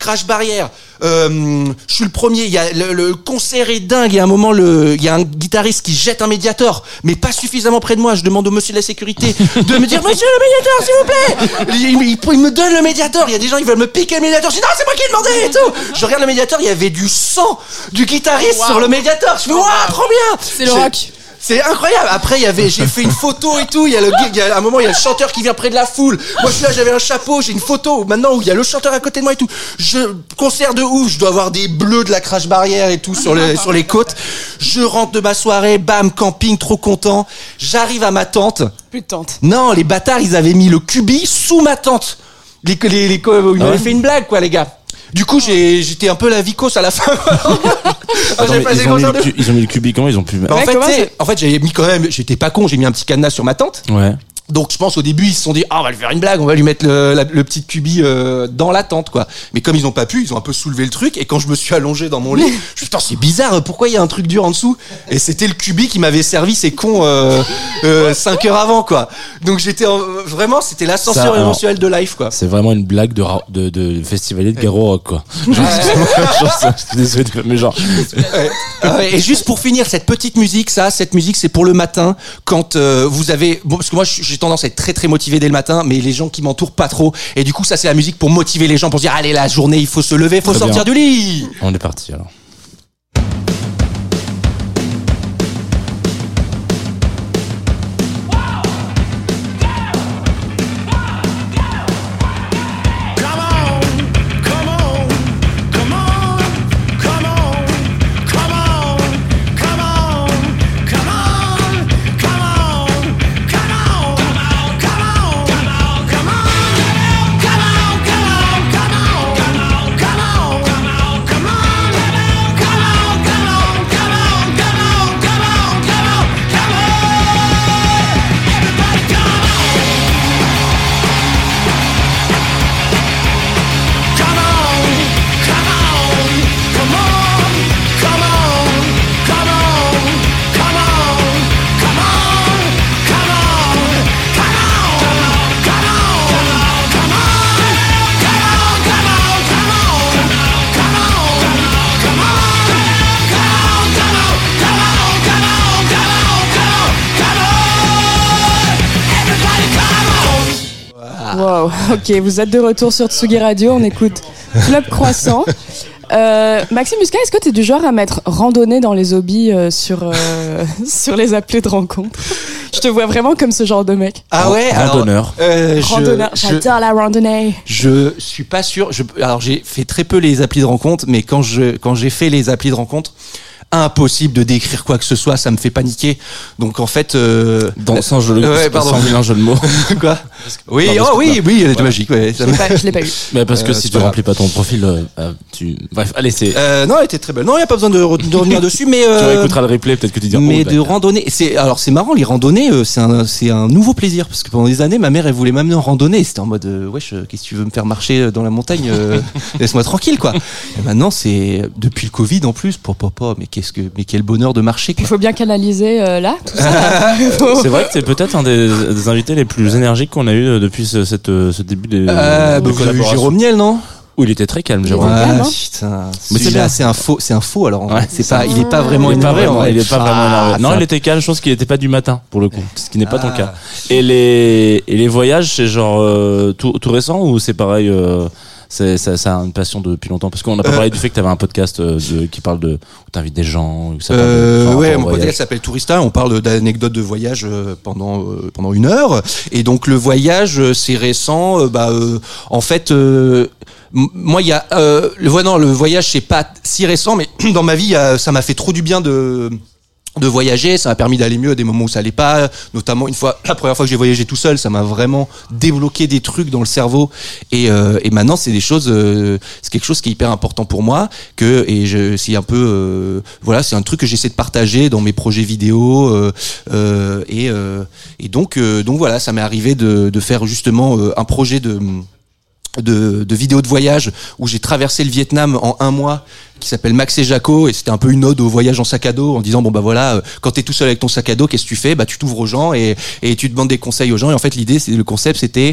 Je suis le premier. Il y a le concert est dingue. Il y a un moment, il y a un guitariste qui jette un médiator, mais pas suffisamment près de moi. Je demande au monsieur de la sécurité de me dire monsieur le médiator, s'il vous plaît. Il me donne le médiator. Il y a des gens qui veulent me piquer le médiator. Je dis non, c'est moi qui ai demandé et tout. Je regarde le médiator. Il y avait du sang du guitariste sur le médiator. Je fais waouh, trop bien. C'est le rock. C'est incroyable. Après, j'ai fait une photo et tout. Il y a un moment, il y a le chanteur qui vient près de la foule. Moi, je suis là, j'avais un chapeau. J'ai une photo maintenant où il y a le chanteur à côté de moi et tout. Concert de ouf. Je dois avoir des bleus de la crash barrière et tout sur les côtes. Je rentre de ma soirée. Bam, camping, trop content. J'arrive à ma tente. Plus de tente. Non, les bâtards, ils avaient mis le cubi sous ma tente. Ils m'avaient fait une blague, quoi, les gars. Du coup, j'étais un peu la vicose à la fin. Attends, ils ont mis le cubi comment ils ont pu. En fait, j'avais mis quand même. J'étais pas con. J'ai mis un petit cadenas sur ma tente. Ouais. Donc je pense au début ils se sont dit on va lui faire une blague, on va lui mettre le petit cubi dans la tente quoi. Mais comme ils ont pas pu, ils ont un peu soulevé le truc et quand je me suis allongé dans mon lit, je me suis dit putain c'est bizarre, pourquoi il y a un truc dur en dessous? Et c'était le cubi qui m'avait servi ces cons 5 heures avant quoi. Donc j'étais vraiment c'était l'ascenseur émotionnel de life quoi. C'est vraiment une blague de festivalier de Garo Rock quoi. Désolé mais genre. Et juste pour finir cette petite musique cette musique c'est pour le matin quand vous avez parce que moi j'ai tendance à être très très motivé dès le matin mais les gens qui m'entourent pas trop et du coup ça c'est la musique pour motiver les gens pour se dire allez la journée il faut se lever, il faut sortir du lit. On est parti alors. Wow, ok, vous êtes de retour sur Tsugi Radio, on écoute Club Croissant. Maxime Muscat, est-ce que tu es du genre à mettre randonnée dans les hobbies sur les applis de rencontre? Je te vois vraiment comme ce genre de mec. Ah ouais, randonneur. Randonneur, j'adore la randonnée. Je suis pas sûr. Alors j'ai fait très peu les applis de rencontre, mais quand j'ai fait les applis de rencontre, impossible de décrire quoi que ce soit, ça me fait paniquer. Donc en fait, sans vilain jeu de mots. Quoi? Oui, elle était magique. Ouais, je l'ai pas eu. Mais parce que si tu remplis pas ton profil, bref, allez c'est. Non, elle était très belle. Non, il y a pas besoin de revenir dessus, mais. Tu réécouteras le replay, peut-être que tu diras. Mais de randonnée, c'est marrant les randonnées, c'est un nouveau plaisir parce que pendant des années, ma mère elle voulait m'amener en randonnée. C'était en mode wesh, qu'est-ce que tu veux me faire marcher dans la montagne? Laisse-moi tranquille quoi. Et maintenant c'est depuis le Covid en plus, mais quel bonheur de marcher quoi. Il faut bien canaliser là tout ça. C'est vrai que c'est peut-être un des invités les plus énergiques qu'on a eu depuis ce début de collaboration. Jérôme Niel, non? Où il était très calme, Jérôme. Putain. Mais c'est un faux alors. En fait. Il est pas vraiment énervé. Il est pas vraiment énervé. Non, il était calme, je pense qu'il était pas du matin pour le coup, ce qui n'est pas ton cas. Et les voyages, c'est genre tout récent ou c'est pareil ça a une passion depuis longtemps parce qu'on n'a pas parlé du fait que tu avais un podcast qui parle de où t'invites des gens. Où ça parle de mon podcast s'appelle Tourista. On parle d'anecdotes de voyage pendant 1 heure. Et donc le voyage, c'est récent. En fait. Moi, il y a le voyage, c'est pas si récent, mais dans ma vie, ça m'a fait trop du bien de voyager. Ça m'a permis d'aller mieux à des moments où ça allait pas. Notamment la première fois que j'ai voyagé tout seul, ça m'a vraiment débloqué des trucs dans le cerveau. Et maintenant, c'est des choses, c'est quelque chose qui est hyper important pour moi. C'est un peu, c'est un truc que j'essaie de partager dans mes projets vidéo. Et donc voilà, ça m'est arrivé de faire justement un projet de vidéos de voyage où j'ai traversé le Vietnam en 1 mois, qui s'appelle Max et Jaco, et c'était un peu une ode au voyage en sac à dos, en disant quand t'es tout seul avec ton sac à dos, qu'est-ce que tu fais? Tu t'ouvres aux gens et tu demandes des conseils aux gens. Et en fait, le concept c'était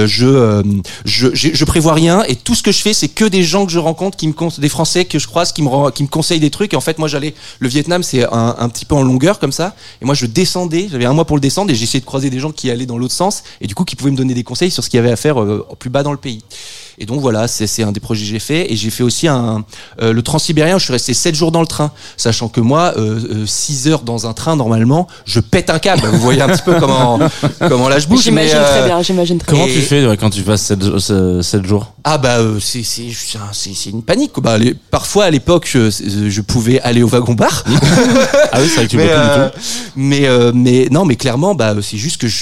je prévois rien, et tout ce que je fais, c'est que des gens que je rencontre, des Français que je croise, qui me conseillent des trucs. Et en fait, moi le Vietnam, c'est un petit peu en longueur comme ça, et moi je descendais, j'avais 1 mois pour le descendre, et j'essayais de croiser des gens qui allaient dans l'autre sens, et du coup qui pouvaient me donner des conseils sur ce qu'il y avait à faire plus bas dans le pays. Et donc voilà, c'est un des projets que j'ai fait. Et j'ai fait aussi le Transsibérien où je suis resté 7 jours dans le train, sachant que moi 6 heures dans un train, normalement je pète un câble. Vous voyez un petit peu comment là je bouge. J'imagine très bien. Comment tu fais quand tu passes 7 jours? C'est une panique. Parfois à l'époque je pouvais aller au wagon bar. Ah oui, c'est vrai que tu bois plus du tout. Mais clairement c'est juste que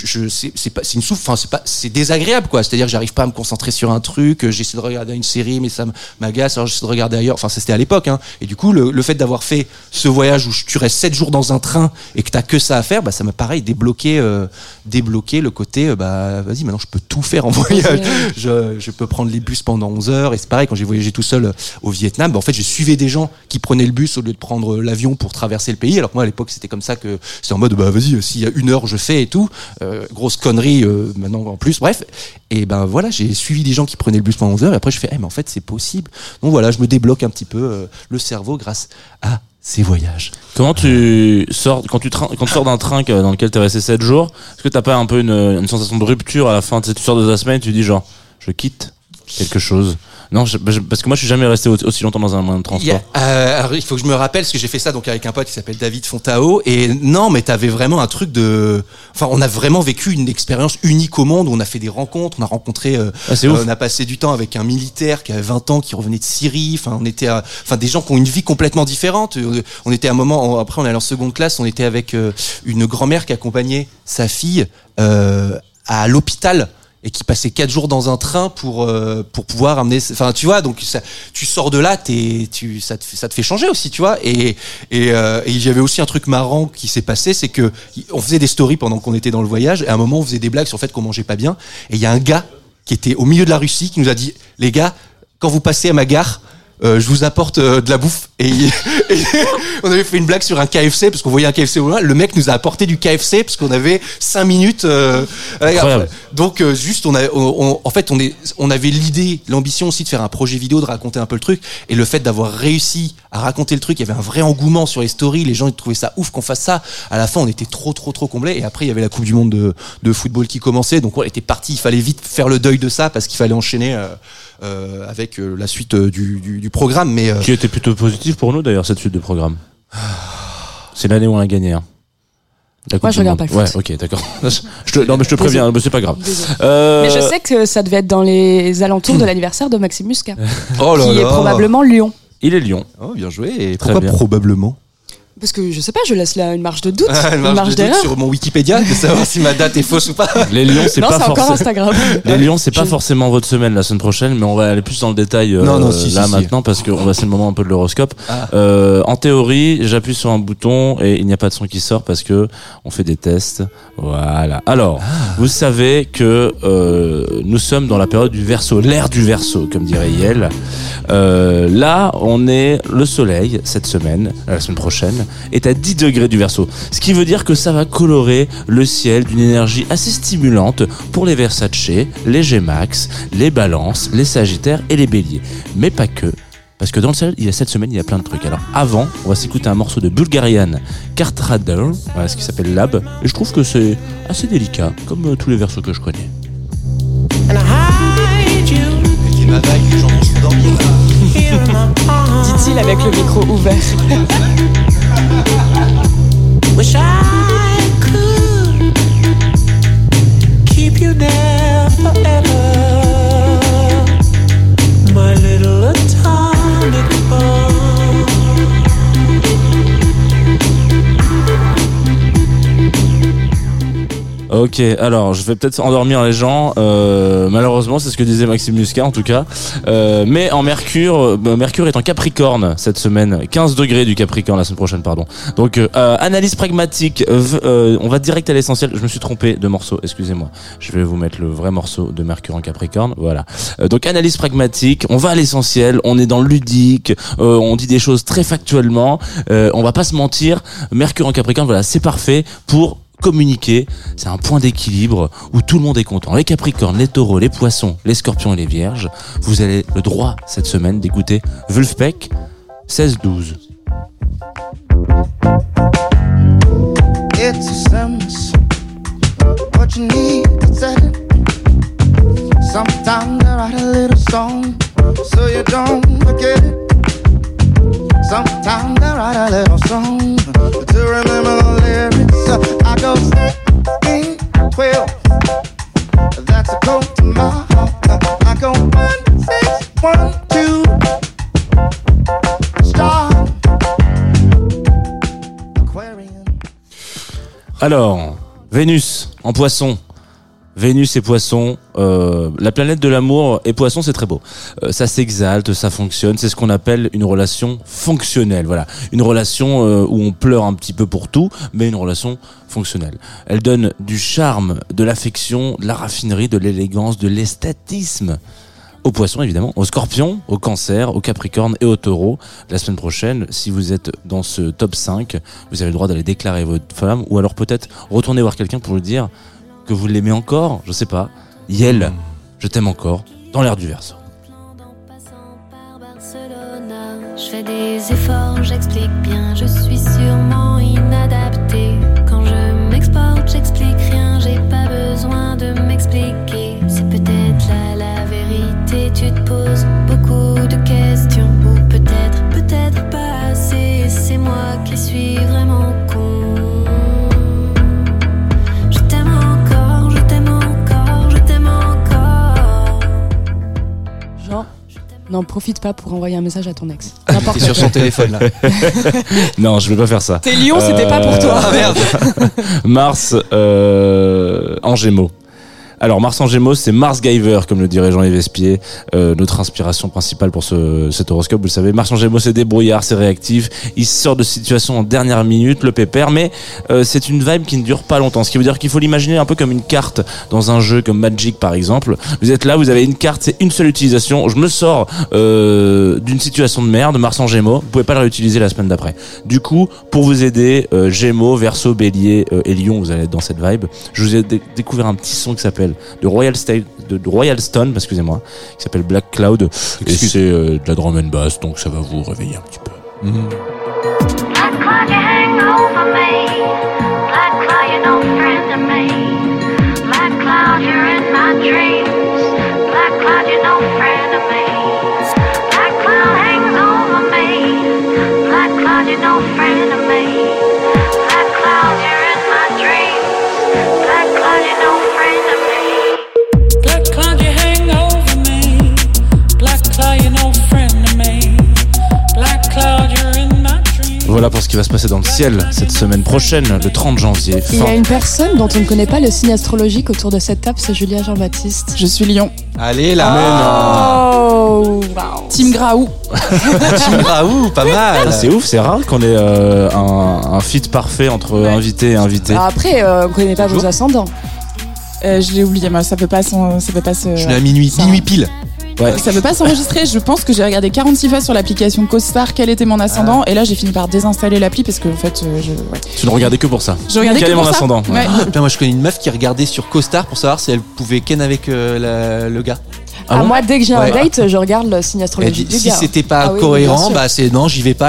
c'est désagréable quoi. C'est-à-dire que j'arrive pas à me concentrer sur un truc. J'essaie de regarder une série, mais ça m'agace, alors j'essaie de regarder ailleurs. Enfin, ça c'était à l'époque, hein. Et du coup, le fait d'avoir fait ce voyage où tu restes 7 jours dans un train et que t'as que ça à faire, ça m'a pareil débloqué le côté, vas-y, maintenant je peux tout faire en voyage. Je peux prendre les bus pendant 11 heures, et c'est pareil, quand j'ai voyagé tout seul au Vietnam, en fait, je suivais des gens qui prenaient le bus au lieu de prendre l'avion pour traverser le pays. Alors que moi, à l'époque, c'était comme ça que c'est en mode, vas-y, s'il y a 1 heure, je fais et tout. Grosse connerie, maintenant en plus, bref. Et voilà, j'ai suivi des gens qui prenaient le bus pendant 11 heures, et après je fais mais en fait c'est possible. Donc voilà, je me débloque un petit peu le cerveau grâce à ces voyages. Comment tu sors quand tu sors d'un train dans lequel t'es resté 7 jours? Est-ce que t'as pas un peu une sensation de rupture à la fin? Tu sors de ta semaine, tu dis genre je quitte quelque chose? Non, parce que moi je suis jamais resté aussi longtemps dans un moyen de transport. Alors, il faut que je me rappelle, parce que j'ai fait ça donc avec un pote qui s'appelle David Fontao, et non, mais t'avais vraiment un truc on a vraiment vécu une expérience unique au monde, où on a fait des rencontres, on a rencontré, on a passé du temps avec un militaire qui avait 20 ans, qui revenait de Syrie, on était, des gens qui ont une vie complètement différente. On était à un moment, après on est allé en seconde classe, on était avec une grand-mère qui accompagnait sa fille à l'hôpital, et qui passait 4 jours dans un train pour pouvoir amener, tu vois, donc tu sors de là, ça te fait changer aussi, tu vois. Et il y avait aussi un truc marrant qui s'est passé, c'est que on faisait des stories pendant qu'on était dans le voyage, et à un moment on faisait des blagues sur le fait qu'on mangeait pas bien, et il y a un gars qui était au milieu de la Russie qui nous a dit: les gars, quand vous passez à ma gare, je vous apporte de la bouffe. Et on avait fait une blague sur un KFC, parce qu'on voyait un KFC au loin. Le mec nous a apporté du KFC parce qu'on avait 5 minutes. Donc juste on avait l'ambition aussi de faire un projet vidéo, de raconter un peu le truc. Et le fait d'avoir réussi à raconter le truc, il y avait un vrai engouement sur les stories. Les gens ils trouvaient ça ouf qu'on fasse ça. À la fin, on était trop comblés. Et après, il y avait la Coupe du Monde de football qui commençait. Donc on était parti. Il fallait vite faire le deuil de ça parce qu'il fallait enchaîner avec la suite du programme, mais qui était plutôt positif pour nous d'ailleurs, cette suite de programme. C'est l'année où on a gagné. Moi, je regarde pas le foot. Ouais, ok, d'accord. Je te préviens, mais c'est pas grave. Mais je sais que ça devait être dans les alentours de l'anniversaire de Maxime Muscat, qui est probablement Lyon. Il est Lyon. Oh, bien joué. Et pourquoi probablement? Parce que je sais pas, je laisse là une marge de doute, une marge d'erreur sur mon Wikipédia de savoir si ma date est fausse ou pas. Les Lions, c'est pas forcément. Encore Instagram. Les Lions, c'est pas forcément votre semaine la semaine prochaine, mais on va aller plus dans le détail maintenant parce que c'est le moment un peu de l'horoscope. En théorie, j'appuie sur un bouton et il n'y a pas de son qui sort parce que on fait des tests. Voilà. Alors, vous savez que nous sommes dans la période du Verseau, l'ère du Verseau, comme dirait Yel. Là, on est le soleil cette semaine, la semaine prochaine, est à 10 degrés du Verseau. Ce qui veut dire que ça va colorer le ciel d'une énergie assez stimulante pour les Versace, les Gémax, les Balances, les Sagittaires et les Béliers. Mais pas que. Parce que dans le ciel, cette semaine, il y a plein de trucs. Alors avant, on va s'écouter un morceau de Bulgarian Cartradel, voilà, ce qui s'appelle Lab. Et je trouve que c'est assez délicat, comme tous les Verseaux que je connais. Et ma vague, Dit-il avec le micro ouvert. Wish I could keep you there forever, my little atomic bomb. Ok, alors je vais peut-être endormir les gens. Malheureusement, c'est ce que disait Maxime Muscat en tout cas. Mais en Mercure est en Capricorne cette semaine. 15 degrés du Capricorne la semaine prochaine, pardon. Donc analyse pragmatique. On va direct à l'essentiel. Je me suis trompé de morceau. Excusez-moi. Je vais vous mettre le vrai morceau de Mercure en Capricorne. Voilà. Donc analyse pragmatique. On va à l'essentiel. On est dans le ludique. On dit des choses très factuellement. On va pas se mentir. Mercure en Capricorne, voilà, c'est parfait pour communiquer, c'est un point d'équilibre où tout le monde est content. Les Capricornes, les Taureaux, les Poissons, les Scorpions et les Vierges, vous avez le droit cette semaine d'écouter Vulfpeck 16-12. It's a sense, what you need to say. Sometimes I write a little song, so you don't forget it. Sometimes I write a little song to remember the lyrics. I go 16, 12. That's a code to my heart. I go 1, 6, 1, 2. Star. Aquarium. Alors, Vénus en Poisson. Vénus et Poisson, la planète de l'amour et Poisson, c'est très beau. Ça s'exalte, ça fonctionne. C'est ce qu'on appelle une relation fonctionnelle. Voilà, une relation où on pleure un petit peu pour tout, mais une relation fonctionnelle. Elle donne du charme, de l'affection, de la raffinerie, de l'élégance, de l'esthétisme. Aux Poissons, évidemment, aux Scorpions, aux Cancers, aux Capricornes et aux Taureaux. La semaine prochaine, si vous êtes dans ce top 5, vous avez le droit d'aller déclarer votre flamme ou alors peut-être retourner voir quelqu'un pour lui dire que vous l'aimez encore, je sais pas. Yel, je t'aime encore, dans l'air du Verseau. Je fais des efforts, j'explique bien, je suis sûrement inadaptée. Quand je m'exporte, j'explique rien, j'ai pas besoin de m'expliquer. C'est peut-être là la vérité, tu te poses beaucoup de questions. Ou peut-être pas assez, c'est moi qui suis vraiment con. N'en profite pas pour envoyer un message à ton ex. T'es sur son téléphone là. Non, je vais pas faire ça. T'es lion, c'était pas pour toi. Ah merde. Mars en Gémeaux. Alors Mars en Gémeaux, c'est Mars Giver, comme le dirait Jean-Yves Espier, notre inspiration principale pour cet horoscope. Vous le savez, Mars en Gémeaux, c'est débrouillard, c'est réactif. Il sort de situation en dernière minute, le pépère, mais c'est une vibe qui ne dure pas longtemps. Ce qui veut dire qu'il faut l'imaginer un peu comme une carte dans un jeu comme Magic par exemple. Vous êtes là, vous avez une carte, c'est une seule utilisation. Je me sors d'une situation de merde, Mars en Gémeaux, vous pouvez pas la réutiliser la semaine d'après. Du coup, pour vous aider, Gémeaux, Verseau, Bélier et Lion, vous allez être dans cette vibe. Je vous ai découvert un petit son qui s'appelle de Royal Stone, excusez-moi, qui s'appelle Black Cloud. Et c'est de la drum and bass, donc ça va vous réveiller un petit peu. Black cloud, you hang over me. Black cloud, you're no friend of me. Black cloud, you're in my dreams. Black cloud, you're no friend of me. Black cloud hangs over me. Black cloud, you're no friend of me. Black cloud, you're in my dreams. Black cloud, you're no friend of me. Black cloud, you hang over me. Black cloud, you're no friend of me. Black cloud, you're in my dreams. Voilà pour ce qui va se passer dans le ciel cette semaine prochaine, le 30 janvier. Il y a une personne dont on ne connaît pas le signe astrologique autour de cette table, c'est Julia Jean-Baptiste. Je suis Lion. Allez là. Oh, wow. Team Graou. Team Raoult, pas mal. Ah, c'est ouf, c'est rare qu'on ait un feat parfait entre invité et invité. Alors après, on ne connaît pas vos ascendants. Je l'ai oublié, moi, ça peut pas se. Je l'ai à minuit pile. Ouais. Ça veut pas s'enregistrer. Je pense que j'ai regardé 46 fois sur l'application CoStar quel était mon ascendant, et là j'ai fini par désinstaller l'appli parce que en fait, Tu ne regardais que pour ça. Je regardais Quel que est pour mon ça. ascendant? Ouais. Putain, moi je connais une meuf qui regardait sur CoStar pour savoir si elle pouvait ken avec le gars. Ah bon Moi, dès que j'ai un Ouais. date, je regarde le signe Elle dit, astrologique du si gars. c'était pas Ah oui, bien cohérent, sûr. bah c'est non, j'y vais pas et tout.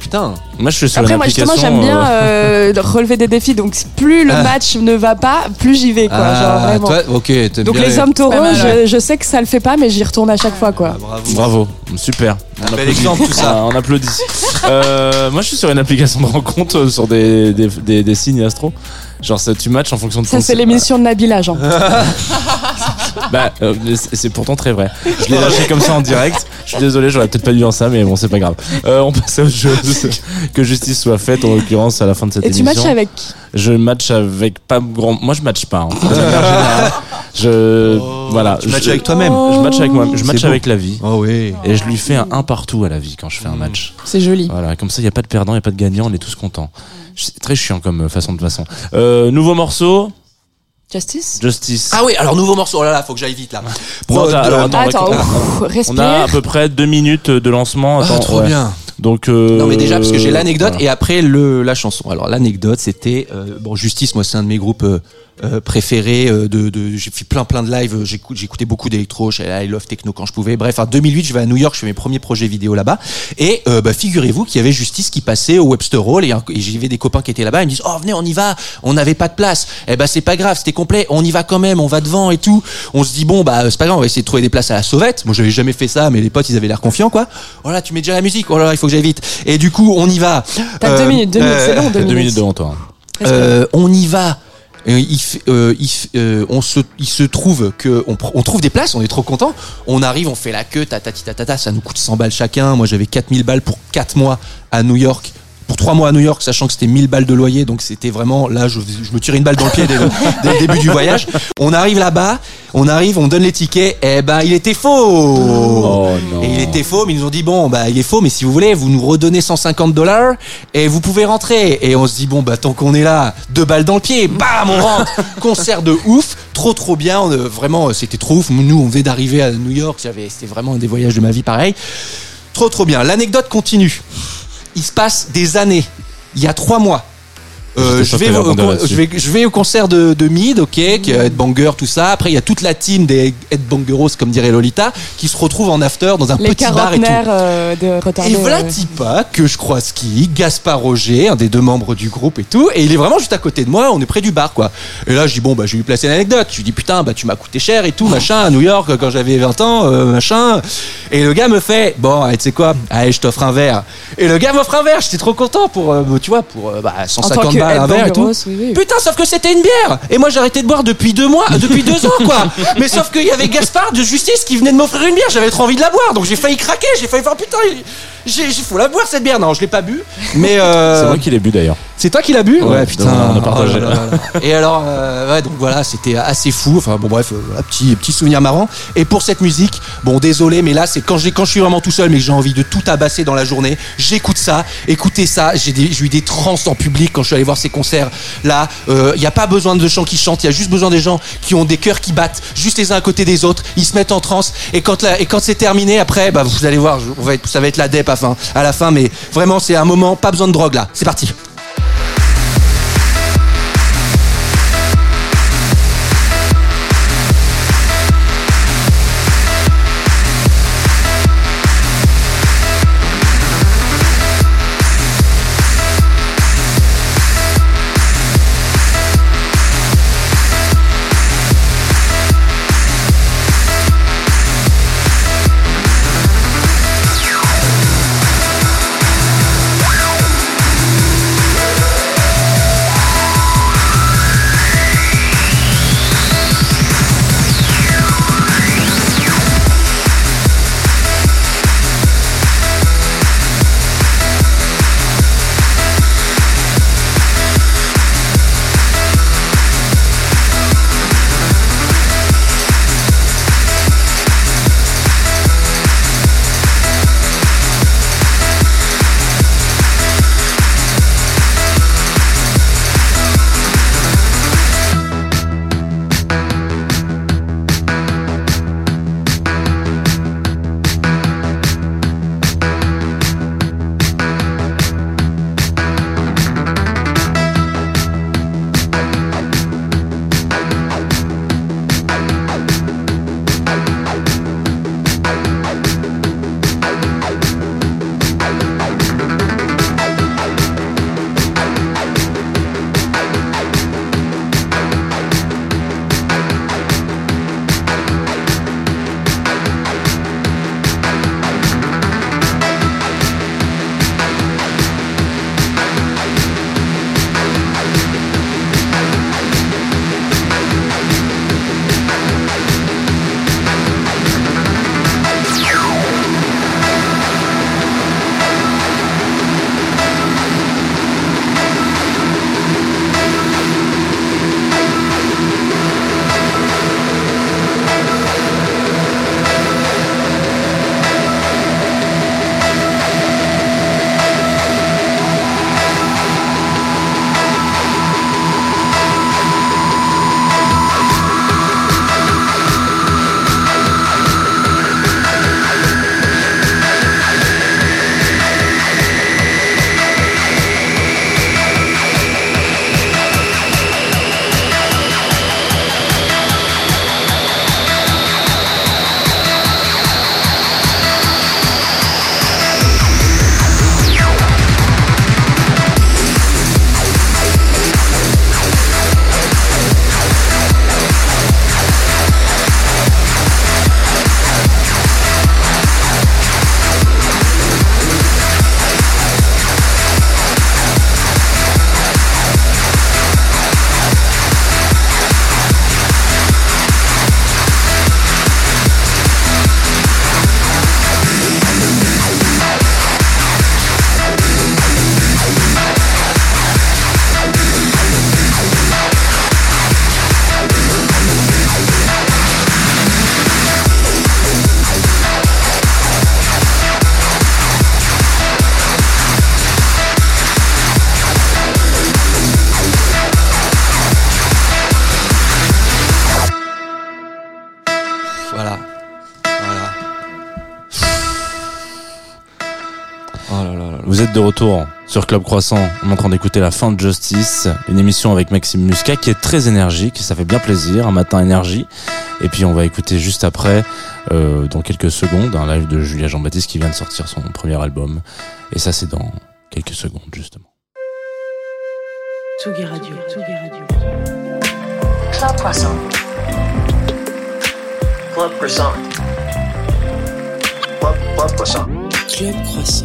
putain. Moi, je suis sur Après, une moi, application. justement, j'aime bien relever des défis. Donc, plus le match ne va pas, plus j'y vais, quoi. Genre, vraiment. Toi, ok, t'aimes Donc, bien les hommes taureaux, pas mal, ouais. je sais que ça le fait pas, mais j'y retourne à chaque fois, quoi. Bravo, super. Un bel exemple, tout ça. On applaudit. Moi, je suis sur une application de rencontre sur des signes astro. Genre, tu matches en fonction de Ça, ton c'est signe. l'émission de Nabila, genre. Bah, c'est pourtant très vrai. Je l'ai lâché comme ça en direct. Je suis désolé, j'aurais peut-être pas dû dire ça, mais bon, c'est pas grave. On passe à autre chose. Que justice soit faite, en l'occurrence, à la fin de cette Et tu émission. matches avec. Je match avec pas grand. Moi, je match pas. En général. Voilà. Tu matches avec toi-même. Je match avec moi. Je C'est match beau. avec la vie. Oh oui. Et je lui fais un partout à la vie quand je fais un match. C'est joli. Voilà, comme ça, il n'y a pas de perdant, il n'y a pas de gagnant, on est tous contents. C'est très chiant comme façon de façon. Nouveau morceau, Justice. Justice. Ah oui, alors nouveau morceau. Oh là là, faut que j'aille vite là. Non, alors, Attends, on respire. a à peu près 2 minutes de lancement. Attends, trop ouais. bien. Donc, Non mais déjà parce que j'ai l'anecdote voilà. et après la chanson. Alors l'anecdote c'était bon Justice, moi c'est un de mes groupes préférés j'ai fait plein de lives, j'écoutais beaucoup d'électro, I love techno quand je pouvais. Bref, en 2008 je vais à New York, je fais mes premiers projets vidéo là-bas et figurez-vous qu'il y avait Justice qui passait au Webster Hall et j'avais des copains qui étaient là-bas, ils me disent "Oh venez, on y va, on n'avait pas de place." Eh ben c'est pas grave, c'était complet, on y va quand même, on va devant et tout. On se dit bon bah c'est pas grave, on va essayer de trouver des places à la sauvette. Moi j'avais jamais fait ça mais les potes ils avaient l'air confiants quoi. Voilà, tu mets déjà la musique. Oh là là, il faut que j'aille vite. Et du coup, on y va. T'as 2 minutes, c'est long, 2 2 minutes minutes. devant toi. On y va. Il se trouve que on trouve des places, on est trop content. On arrive, on fait la queue, ça nous coûte 100 balles chacun. Moi, j'avais 4000 balles pour 4 mois à New York. Pour 3 mois à New York, sachant que c'était 1000 balles de loyer, donc c'était vraiment, là, je me tirais une balle dans le pied dès le début du voyage. On arrive là-bas, on donne les tickets, et ben, il était faux! Oh non. Et il était faux, mais ils nous ont dit, bon, bah, il est faux, mais si vous voulez, vous nous redonnez $150 et vous pouvez rentrer. Et on se dit, bon, bah, tant qu'on est là, 2 balles dans le pied, bam, on rentre! Concert de ouf, trop bien, vraiment, c'était trop ouf. Nous, on venait d'arriver à New York, c'était vraiment un des voyages de ma vie pareil. Trop bien. L'anecdote continue. Il se passe des années. Il y a 3 mois. Je vais au concert de Mid, ok, qui est Headbanger, tout ça. Après, il y a toute la team des Headbangeros, comme dirait Lolita, qui se retrouve en after dans un Les petit bar et tout. quarantenaires de retardés. Et voilà Tipa que je croise Gaspard Roger, un des 2 membres du groupe et tout, et il est vraiment juste à côté de moi, on est près du bar quoi. Et là je dis bon bah je vais lui placer l'anecdote, je lui dis putain bah tu m'as coûté cher et tout machin à New York quand j'avais 20 ans machin. Et le gars me fait bon allez, tu sais quoi, allez je t'offre un verre. Et le gars m'offre un verre, j'étais trop content pour tu vois pour 150 balles un verre et tout. Oui. Putain, sauf que c'était une bière. Et moi j'ai arrêté de boire depuis 2 mois, depuis 2 ans quoi. Mais sauf qu'il y avait Gaspard de Justice qui venait de m'offrir une bière, j'avais trop envie de la boire, donc j'ai failli craquer, j'ai failli faire putain, faut la boire cette bière. Non, je l'ai pas bu. Mais C'est moi qui l'ai bu d'ailleurs. c'est toi qui l'as bu? Ouais, putain, on a partagé. oh là là. Et alors ouais, donc voilà, c'était assez fou. Enfin bon bref, voilà, petit souvenir marrant. Et pour cette musique, bon désolé, mais là c'est quand je suis vraiment tout seul mais que j'ai envie de tout tabasser dans la journée, j'écoute ça, écoutez ça, j'ai eu des trans en public quand je suis allé voir ces concerts. Là, il y a pas besoin de gens qui chantent, il y a juste besoin des gens qui ont des cœurs qui battent juste les uns à côté des autres, ils se mettent en transe et quand c'est terminé après, bah vous allez voir, ça va être la dep à la fin, mais vraiment c'est un moment, pas besoin de drogue là. C'est parti. Vous êtes de retour sur Club Croissant. On est en train d'écouter La Fin de Justice, une émission avec Maxime Muscat qui est très énergique, ça fait bien plaisir, un matin énergie. Et puis on va écouter juste après, dans quelques secondes, un live de Julia Jean-Baptiste qui vient de sortir son premier album. Et ça, c'est dans quelques secondes, justement. Tsugi Radio. Club Croissant. Club Croissant. Club Croissant. Club Croissant.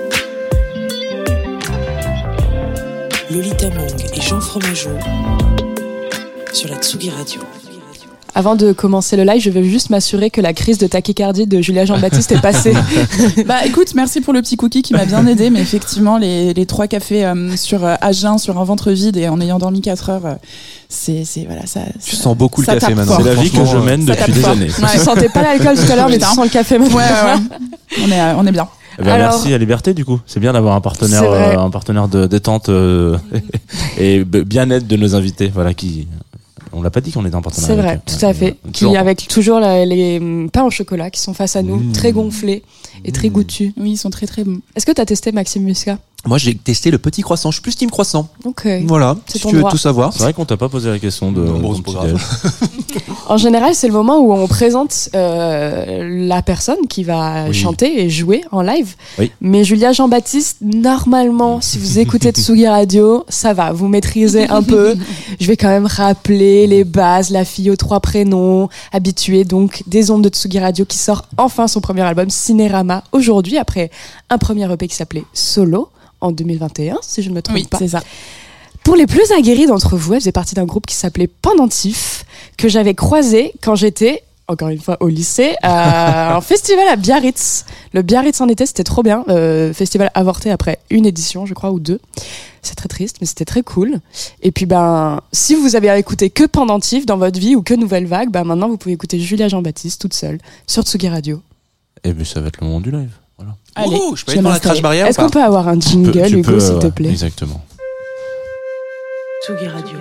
Lolita Mang et Jean Fromageau sur la Tsugi Radio. Avant de commencer le live, je veux juste m'assurer que la crise de tachycardie de Julia Jean-Baptiste est passée. Bah écoute, merci pour le petit cookie qui m'a bien aidé, mais effectivement les 3 cafés à jeun sur un ventre vide et en ayant dormi 4 heures, c'est voilà ça. Tu sens beaucoup le ça café tape maintenant. fort. C'est la vie que je mène depuis des années. Ouais. Tu sentais pas l'alcool tout à l'heure, mais tu sens le café maintenant. Ouais. On est bien. Eh ben, Alors, merci à Liberté du coup. C'est bien d'avoir un C'est vrai. partenaire de détente et bien-être de nos invités. Voilà qui. On l'a pas dit qu'on était en partenariat. C'est vrai, avec eux. tout à fait. Qui, avec toujours les pains au chocolat qui sont face à nous, très gonflés et très goûtus. Oui, ils sont très très bons. Est-ce que tu as testé Maxime Muscat? Moi, j'ai testé le petit croissant. Je suis plus team croissant. Ok. Voilà, C'est si ton tu veux droit. tout savoir. C'est vrai qu'on t'a pas posé la question de Non, bon, ton c'est pas petit grave. déj. En général, c'est le moment où on présente la personne qui va Oui. chanter et jouer en live. Oui. Mais Julia Jean-Baptiste, normalement, si vous écoutez Tsugi Radio, ça va, vous maîtrisez un peu. Je vais quand même rappeler les bases, la fille aux 3 prénoms, habituée donc des ondes de Tsugi Radio, qui sort enfin son premier album Cinérama aujourd'hui, après un premier EP qui s'appelait Solo en 2021, si je ne me trompe Oui, pas. c'est ça. Pour les plus aguerris d'entre vous, elle faisait partie d'un groupe qui s'appelait Pendentif, que j'avais croisé quand j'étais, encore une fois, au lycée, à un festival à Biarritz. Le Biarritz en été, c'était trop bien. Festival avorté après une édition, je crois, ou 2. C'est très triste, mais c'était très cool. Et puis, si vous avez écouté que Pendentif dans votre vie ou que Nouvelle Vague, maintenant, vous pouvez écouter Julia Jean-Baptiste toute seule sur Tsugi Radio. Et puis ça va être le moment du live. Voilà. Allez, Ouh, je peux aller dans la m'installe. crash barrière ou Est-ce pas qu'on peut avoir un jingle, Tu Hugo, peux, s'il te plaît? Exactement. Tsugi Radio.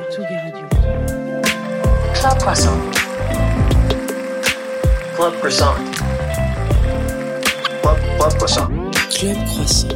Club Croissant. Club Croissant. Club Croissant. Club Croissant.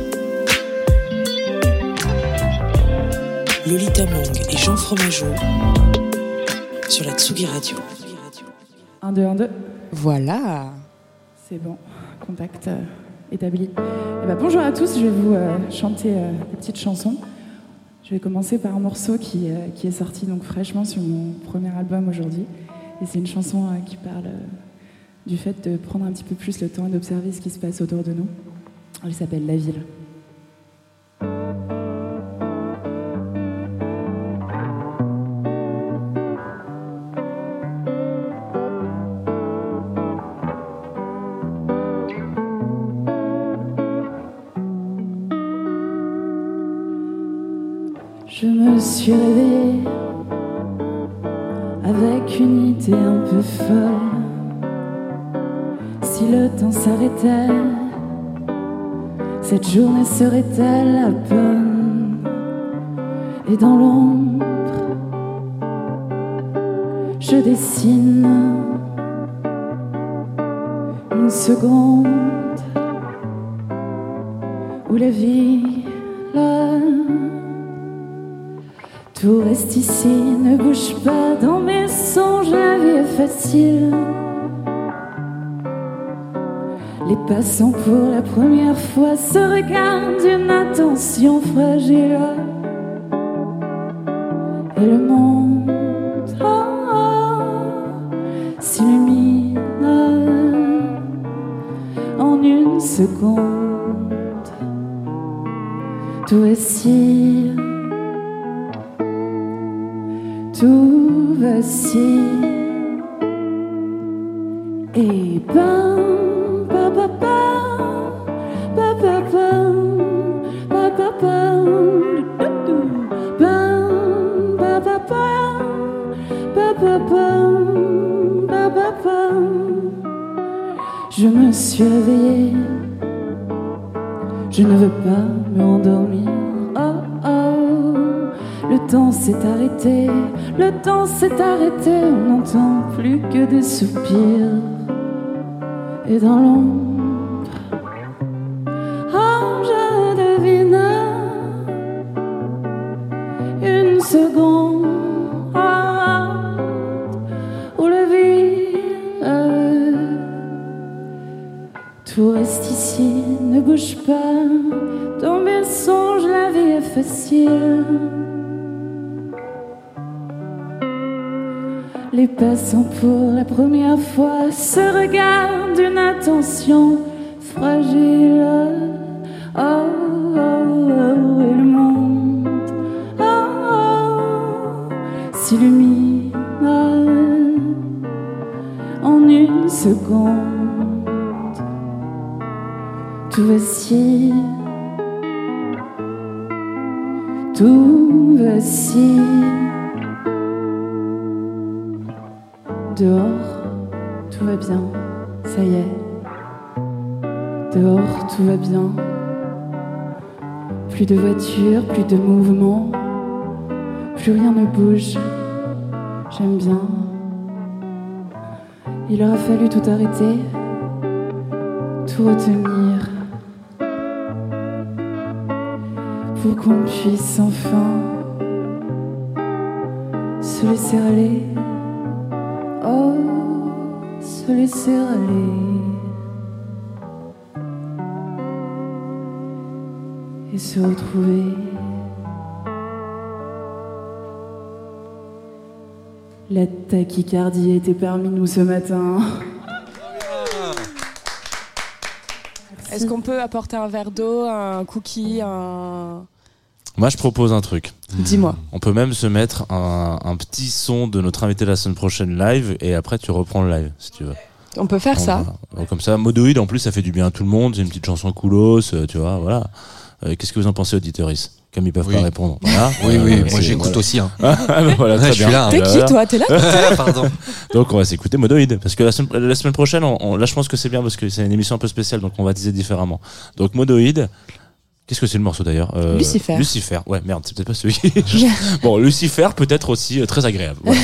Lolita Mang et Jean Fromageau sur la Tsugi Radio. 1, 2, 1, 2. Voilà. C'est bon, contact établi. Eh ben, bonjour à tous, je vais vous chanter des petites chansons. Je vais commencer par un morceau qui est sorti donc fraîchement sur mon premier album aujourd'hui. Et c'est une chanson qui parle du fait de prendre un petit peu plus le temps et d'observer ce qui se passe autour de nous. Elle s'appelle La Ville. Je me suis réveillée avec une idée un peu folle. Si le temps s'arrêtait, cette journée serait-elle la bonne? Et dans l'ombre, je dessine une seconde où la vie, tout reste ici, ne bouge pas dans mes songes, la vie est facile. Les passants pour la première fois se regardent d'une attention fragile. Et le monde s'illumine en une seconde. Tout est si, tout va si, et bam, ba ba bam, ba ba bam, ba ba bam, du bam, ba ba bam, ba ba bam, ba ba bam. Je me suis réveillée, je ne veux pas me endormir. Oh oh, le temps s'est arrêté, le temps s'est arrêté. On n'entend plus que des soupirs. Et dans l'ombre, oh, je devine seconde où la vie tout reste ici, ne bouge pas. Dans mes songes, la vie est facile. Les passants pour la première fois se regardent d'une attention fragile. Oh, oh, oh, et le monde s'illumine en une seconde. Tout vacille, tout vacille. Dehors, tout va bien, ça y est. Dehors, tout va bien. Plus de voitures, plus de mouvement. Plus rien ne bouge. J'aime bien. Il aura fallu tout arrêter, tout retenir, pour qu'on puisse enfin se laisser aller. Oh, se laisser aller et se retrouver. La tachycardie était parmi nous ce matin. Est-ce qu'on peut apporter un verre d'eau, un cookie, Moi, je propose un truc. Dis-moi. On peut même se mettre un petit son de notre invité la semaine prochaine live et après tu reprends le live si tu veux. On peut faire ça. Voilà. Comme ça, Modoïd en plus ça fait du bien à tout le monde. C'est une petite chanson coolos, tu vois, voilà. Qu'est-ce que vous en pensez, auditeuris? Comme ils peuvent pas répondre. Voilà. Oui, moi j'écoute aussi. Hein. Voilà, très bien. Là, T'es qui toi? T'es là? Pardon. Donc on va s'écouter Modoïd parce que la semaine prochaine, là je pense que c'est bien parce que c'est une émission un peu spéciale, donc on va teaser différemment. Donc Modoïd. Qu'est-ce que c'est le morceau d'ailleurs? Lucifer. Lucifer. Ouais, merde, c'est peut-être pas celui qui... Bon, Lucifer peut-être aussi très agréable. Voilà.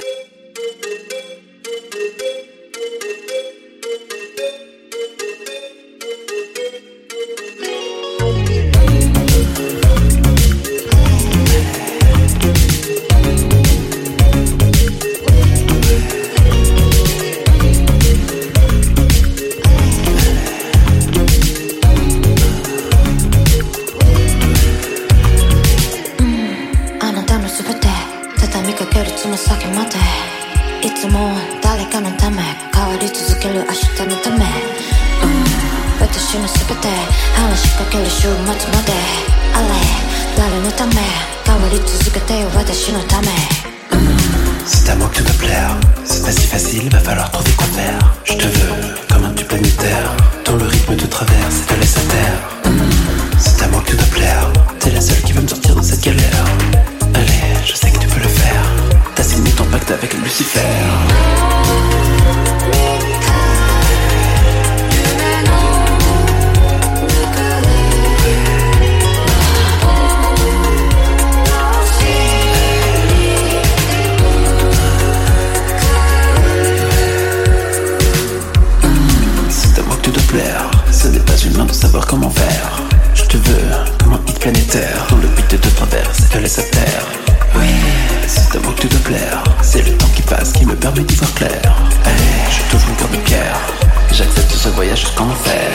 C'est à moi que tu dois plaire, c'est pas si facile, va falloir trouver quoi faire. Je te veux comme un tube planétaire, dont le rythme te traverse et te laisse à terre. C'est à moi que tu dois plaire, t'es la seule qui va me sortir de cette galère. Allez, je sais que tu peux le faire, t'as signé ton pacte avec Lucifer. Ce n'est pas humain de savoir comment faire. Je te veux comme un hit planétaire, dont le beat te traverse et te laisse à terre. Oui, c'est à moi que tu dois plaire. C'est le temps qui passe qui me permet d'y voir clair. Allez, je t'ouvre une cœur de pierre. J'accepte ce voyage jusqu'en enfer.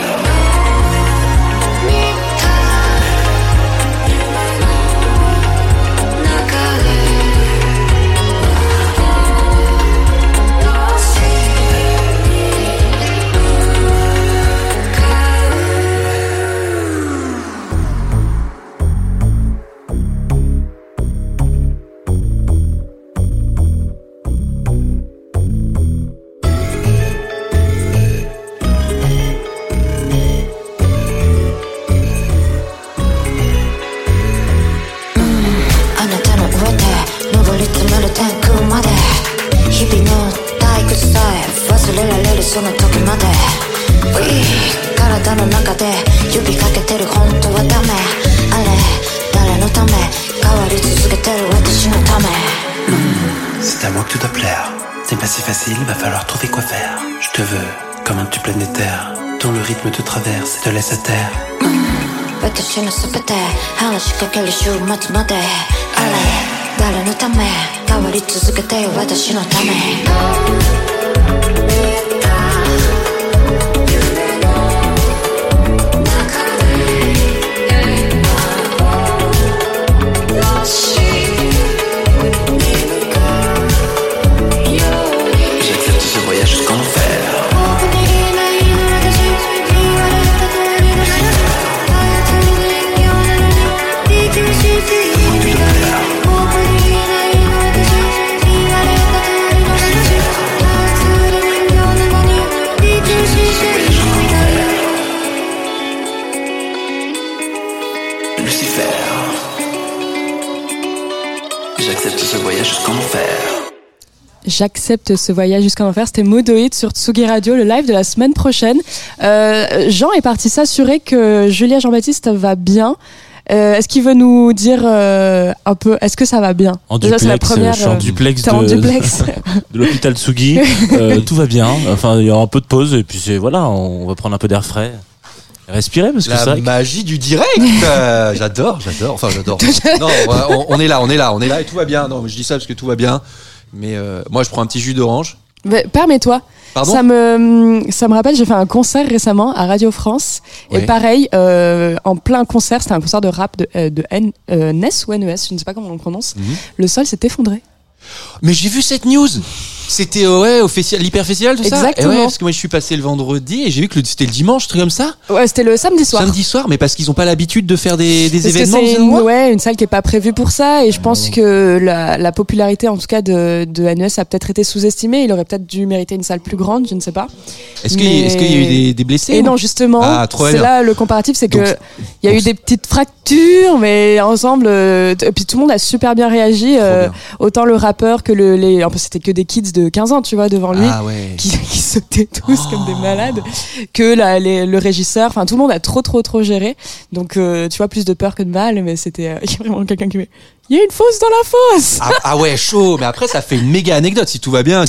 C'est à moi que tu dois plaire. C'est pas si facile, va falloir trouver quoi faire. Je te veux comme un tube planétaire, dont le rythme te traverse et te laisse à terre. C'est 続けてよ私のため J'accepte ce voyage jusqu'en enfer. Lucifer. J'accepte ce voyage jusqu'en enfer. J'accepte ce voyage jusqu'en enfer. C'était Modoïd sur Tsugi Radio, le live de la semaine prochaine. Jean est parti s'assurer que Julia Jean-Baptiste va bien. Est-ce qu'il veut nous dire un peu, est-ce que ça va bien? En Déjà, duplex, c'est la première. je suis en duplex, t'es en duplex. de l'hôpital Tsugi. Tout va bien. Enfin, il y a un peu de pause et puis voilà, on va prendre un peu d'air frais. Respirer parce que La ça. magie du direct. J'adore. Enfin, j'adore. Non, on est là et tout va bien. Non, mais je dis ça parce que tout va bien. Mais moi, je prends un petit jus d'orange. Mais permets-toi. Pardon ? Ça me rappelle, j'ai fait un concert récemment à Radio France. Ouais. Et pareil, en plein concert, c'était un concert de rap de NES ou NES, je ne sais pas comment on le prononce. Le sol s'est effondré. Mais j'ai vu cette news. C'était au l'hyper festival tout ça. Exactement. Et ouais, parce que moi je suis passé le vendredi et j'ai vu que c'était le dimanche, truc comme ça. Ouais, c'était le samedi soir. Samedi soir, mais parce qu'ils ont pas l'habitude de faire des Parce que événements. c'est une salle qui est pas prévue pour ça, et je pense que la popularité en tout cas de NES a peut-être été sous-estimée. Il aurait peut-être dû mériter une salle plus grande, je ne sais pas. Est-ce qu'il y a eu des blessés? Et non, justement, trop c'est bien. là le comparatif, c'est que Donc, il y a eu des petites fractures, mais ensemble, et puis tout le monde a super bien réagi, bien. autant le rappeur que en plus c'était que des kids de 15 ans, tu vois, devant lui, Ah ouais. qui sautaient tous comme des malades, que le régisseur, enfin tout le monde a trop géré, donc tu vois, plus de peur que de mal, mais c'était il y a vraiment quelqu'un qui met il y a une fosse dans la fosse. Ah ouais, chaud. Mais après, ça fait une méga anecdote si tout va bien.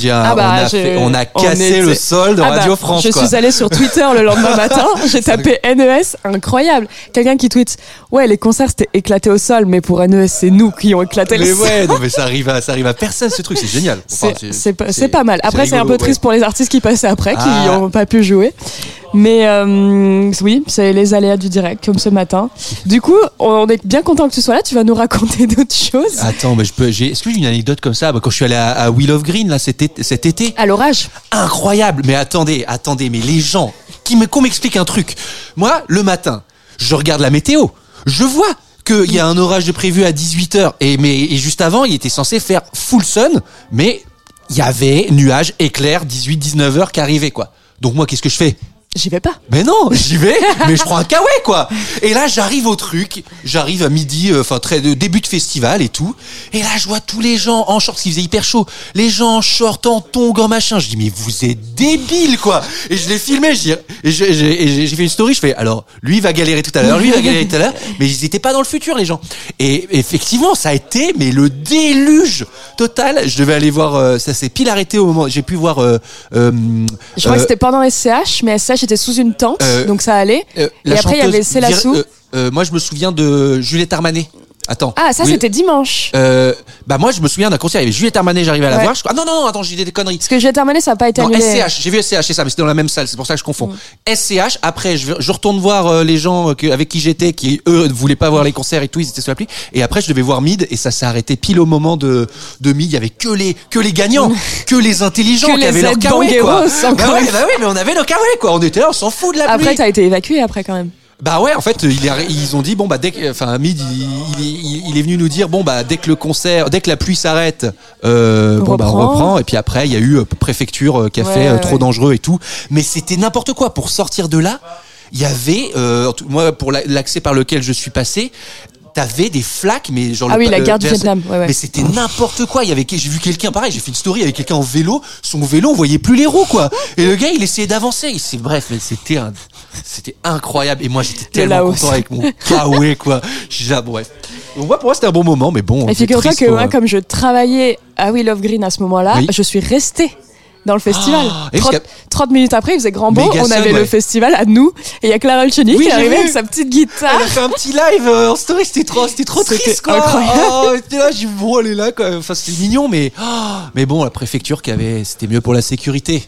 On a cassé le sol de Radio France. Je suis allée sur Twitter le lendemain matin, j'ai tapé NES, incroyable. Quelqu'un qui tweet ouais, les concerts c'était éclaté au sol, mais pour NES c'est nous qui ont éclaté le Mais sol. ouais, non mais ça arrive à personne ce truc, c'est génial. Enfin, C'est pas mal. Après, c'est un peu rigolo, triste pour les artistes qui passaient après, qui Ah. n'ont pas pu jouer. Mais oui, c'est les aléas du direct, comme ce matin. Du coup, on est bien content que tu sois là. Tu vas nous raconter d'autres choses. Attends, mais est-ce que j'ai une anecdote comme ça? Quand je suis allé à Wheel of Green là cet été, À l'orage. incroyable. Mais attendez, mais les gens qu'on m'explique un truc. Moi, le matin, je regarde la météo, je vois qu'il y a un orage de prévu à 18h et juste avant, il était censé faire full sun, mais il y avait nuages, éclairs, 18-19h qui arrivaient quoi. Donc moi, qu'est-ce que je fais? J'y vais pas. Mais non, j'y vais, mais je prends un kawaii quoi. Et là, j'arrive au truc, j'arrive à midi, début de festival et tout. Et là, je vois tous les gens en short, parce qu'il faisait hyper chaud. Les gens en short, en tongs, en machin. Je dis mais vous êtes débiles quoi. Et je l'ai filmé, j'ai fait une story. Je fais alors lui il va galérer tout à l'heure, mais ils étaient pas dans le futur les gens. Et effectivement, ça a été mais le déluge total. Je devais aller voir, ça s'est pile arrêté au moment. J'ai pu voir. Je crois que c'était pendant SCH, mais SCH était sous une tente, donc ça allait. Et après, il y avait Célassou. Moi, je me souviens de Juliette Armanet. Attends. Ah, ça, oui. c'était dimanche. Moi, je me souviens d'un concert. Il y avait Juliette Armanet, j'arrivais à la Ouais. voir. Ah non, attends, j'ai dit des conneries. Parce que Juliette Armanet, ça n'a pas été Non, annulé. SCH, j'ai vu SCH, c'est ça, mais c'était dans la même salle, c'est pour ça que je confonds. SCH, après, je retourne voir les gens avec qui j'étais, qui eux ne voulaient pas voir les concerts et tout, ils étaient sous la pluie. Et après, je devais voir Mid, et ça s'est arrêté pile au moment de Mid. Il y avait que les gagnants, que les intelligents Que qui les avaient leur kawaii, quoi. Bangueros, encore Bah une oui, mais on avait nos kawaii, quoi. On était là, on s'en fout de la pluie. Après, t'as été évacué après quand même. Bah ouais, en fait, ils ont dit bon bah Mid il est venu nous dire bon bah dès que la pluie s'arrête, on reprend. Et puis après il y a eu préfecture qui a fait trop dangereux et tout. Mais c'était n'importe quoi pour sortir de là. Il y avait moi pour l'accès par lequel je suis passé. T'avais des flaques, mais genre la guerre du Vietnam. Ouais. Mais c'était n'importe quoi. J'ai vu quelqu'un, pareil, j'ai fait une story avec quelqu'un en vélo. Son vélo, on voyait plus les roues, quoi. Et le gars, il essayait d'avancer. Bref, mais c'était incroyable. Et moi, j'étais tellement content avec mon kawaii, quoi. Bref. Donc, moi, pour moi, c'était un bon moment, mais bon. Et figure-toi que moi, comme je travaillais à Wheel of Green à ce moment-là, je suis restée dans le festival. et 30 minutes après, il faisait grand beau, Méga on avait Sun, le festival à nous, et il y a Clara Luciani Oui, qui est j'ai arrivée vu. avec sa petite guitare. Elle a fait un petit live en story, c'était trop triste quoi. incroyable. Oh, j'étais là, j'ai dit, bon, elle est là quoi. Enfin, c'était mignon, mais bon, la préfecture c'était mieux pour la sécurité.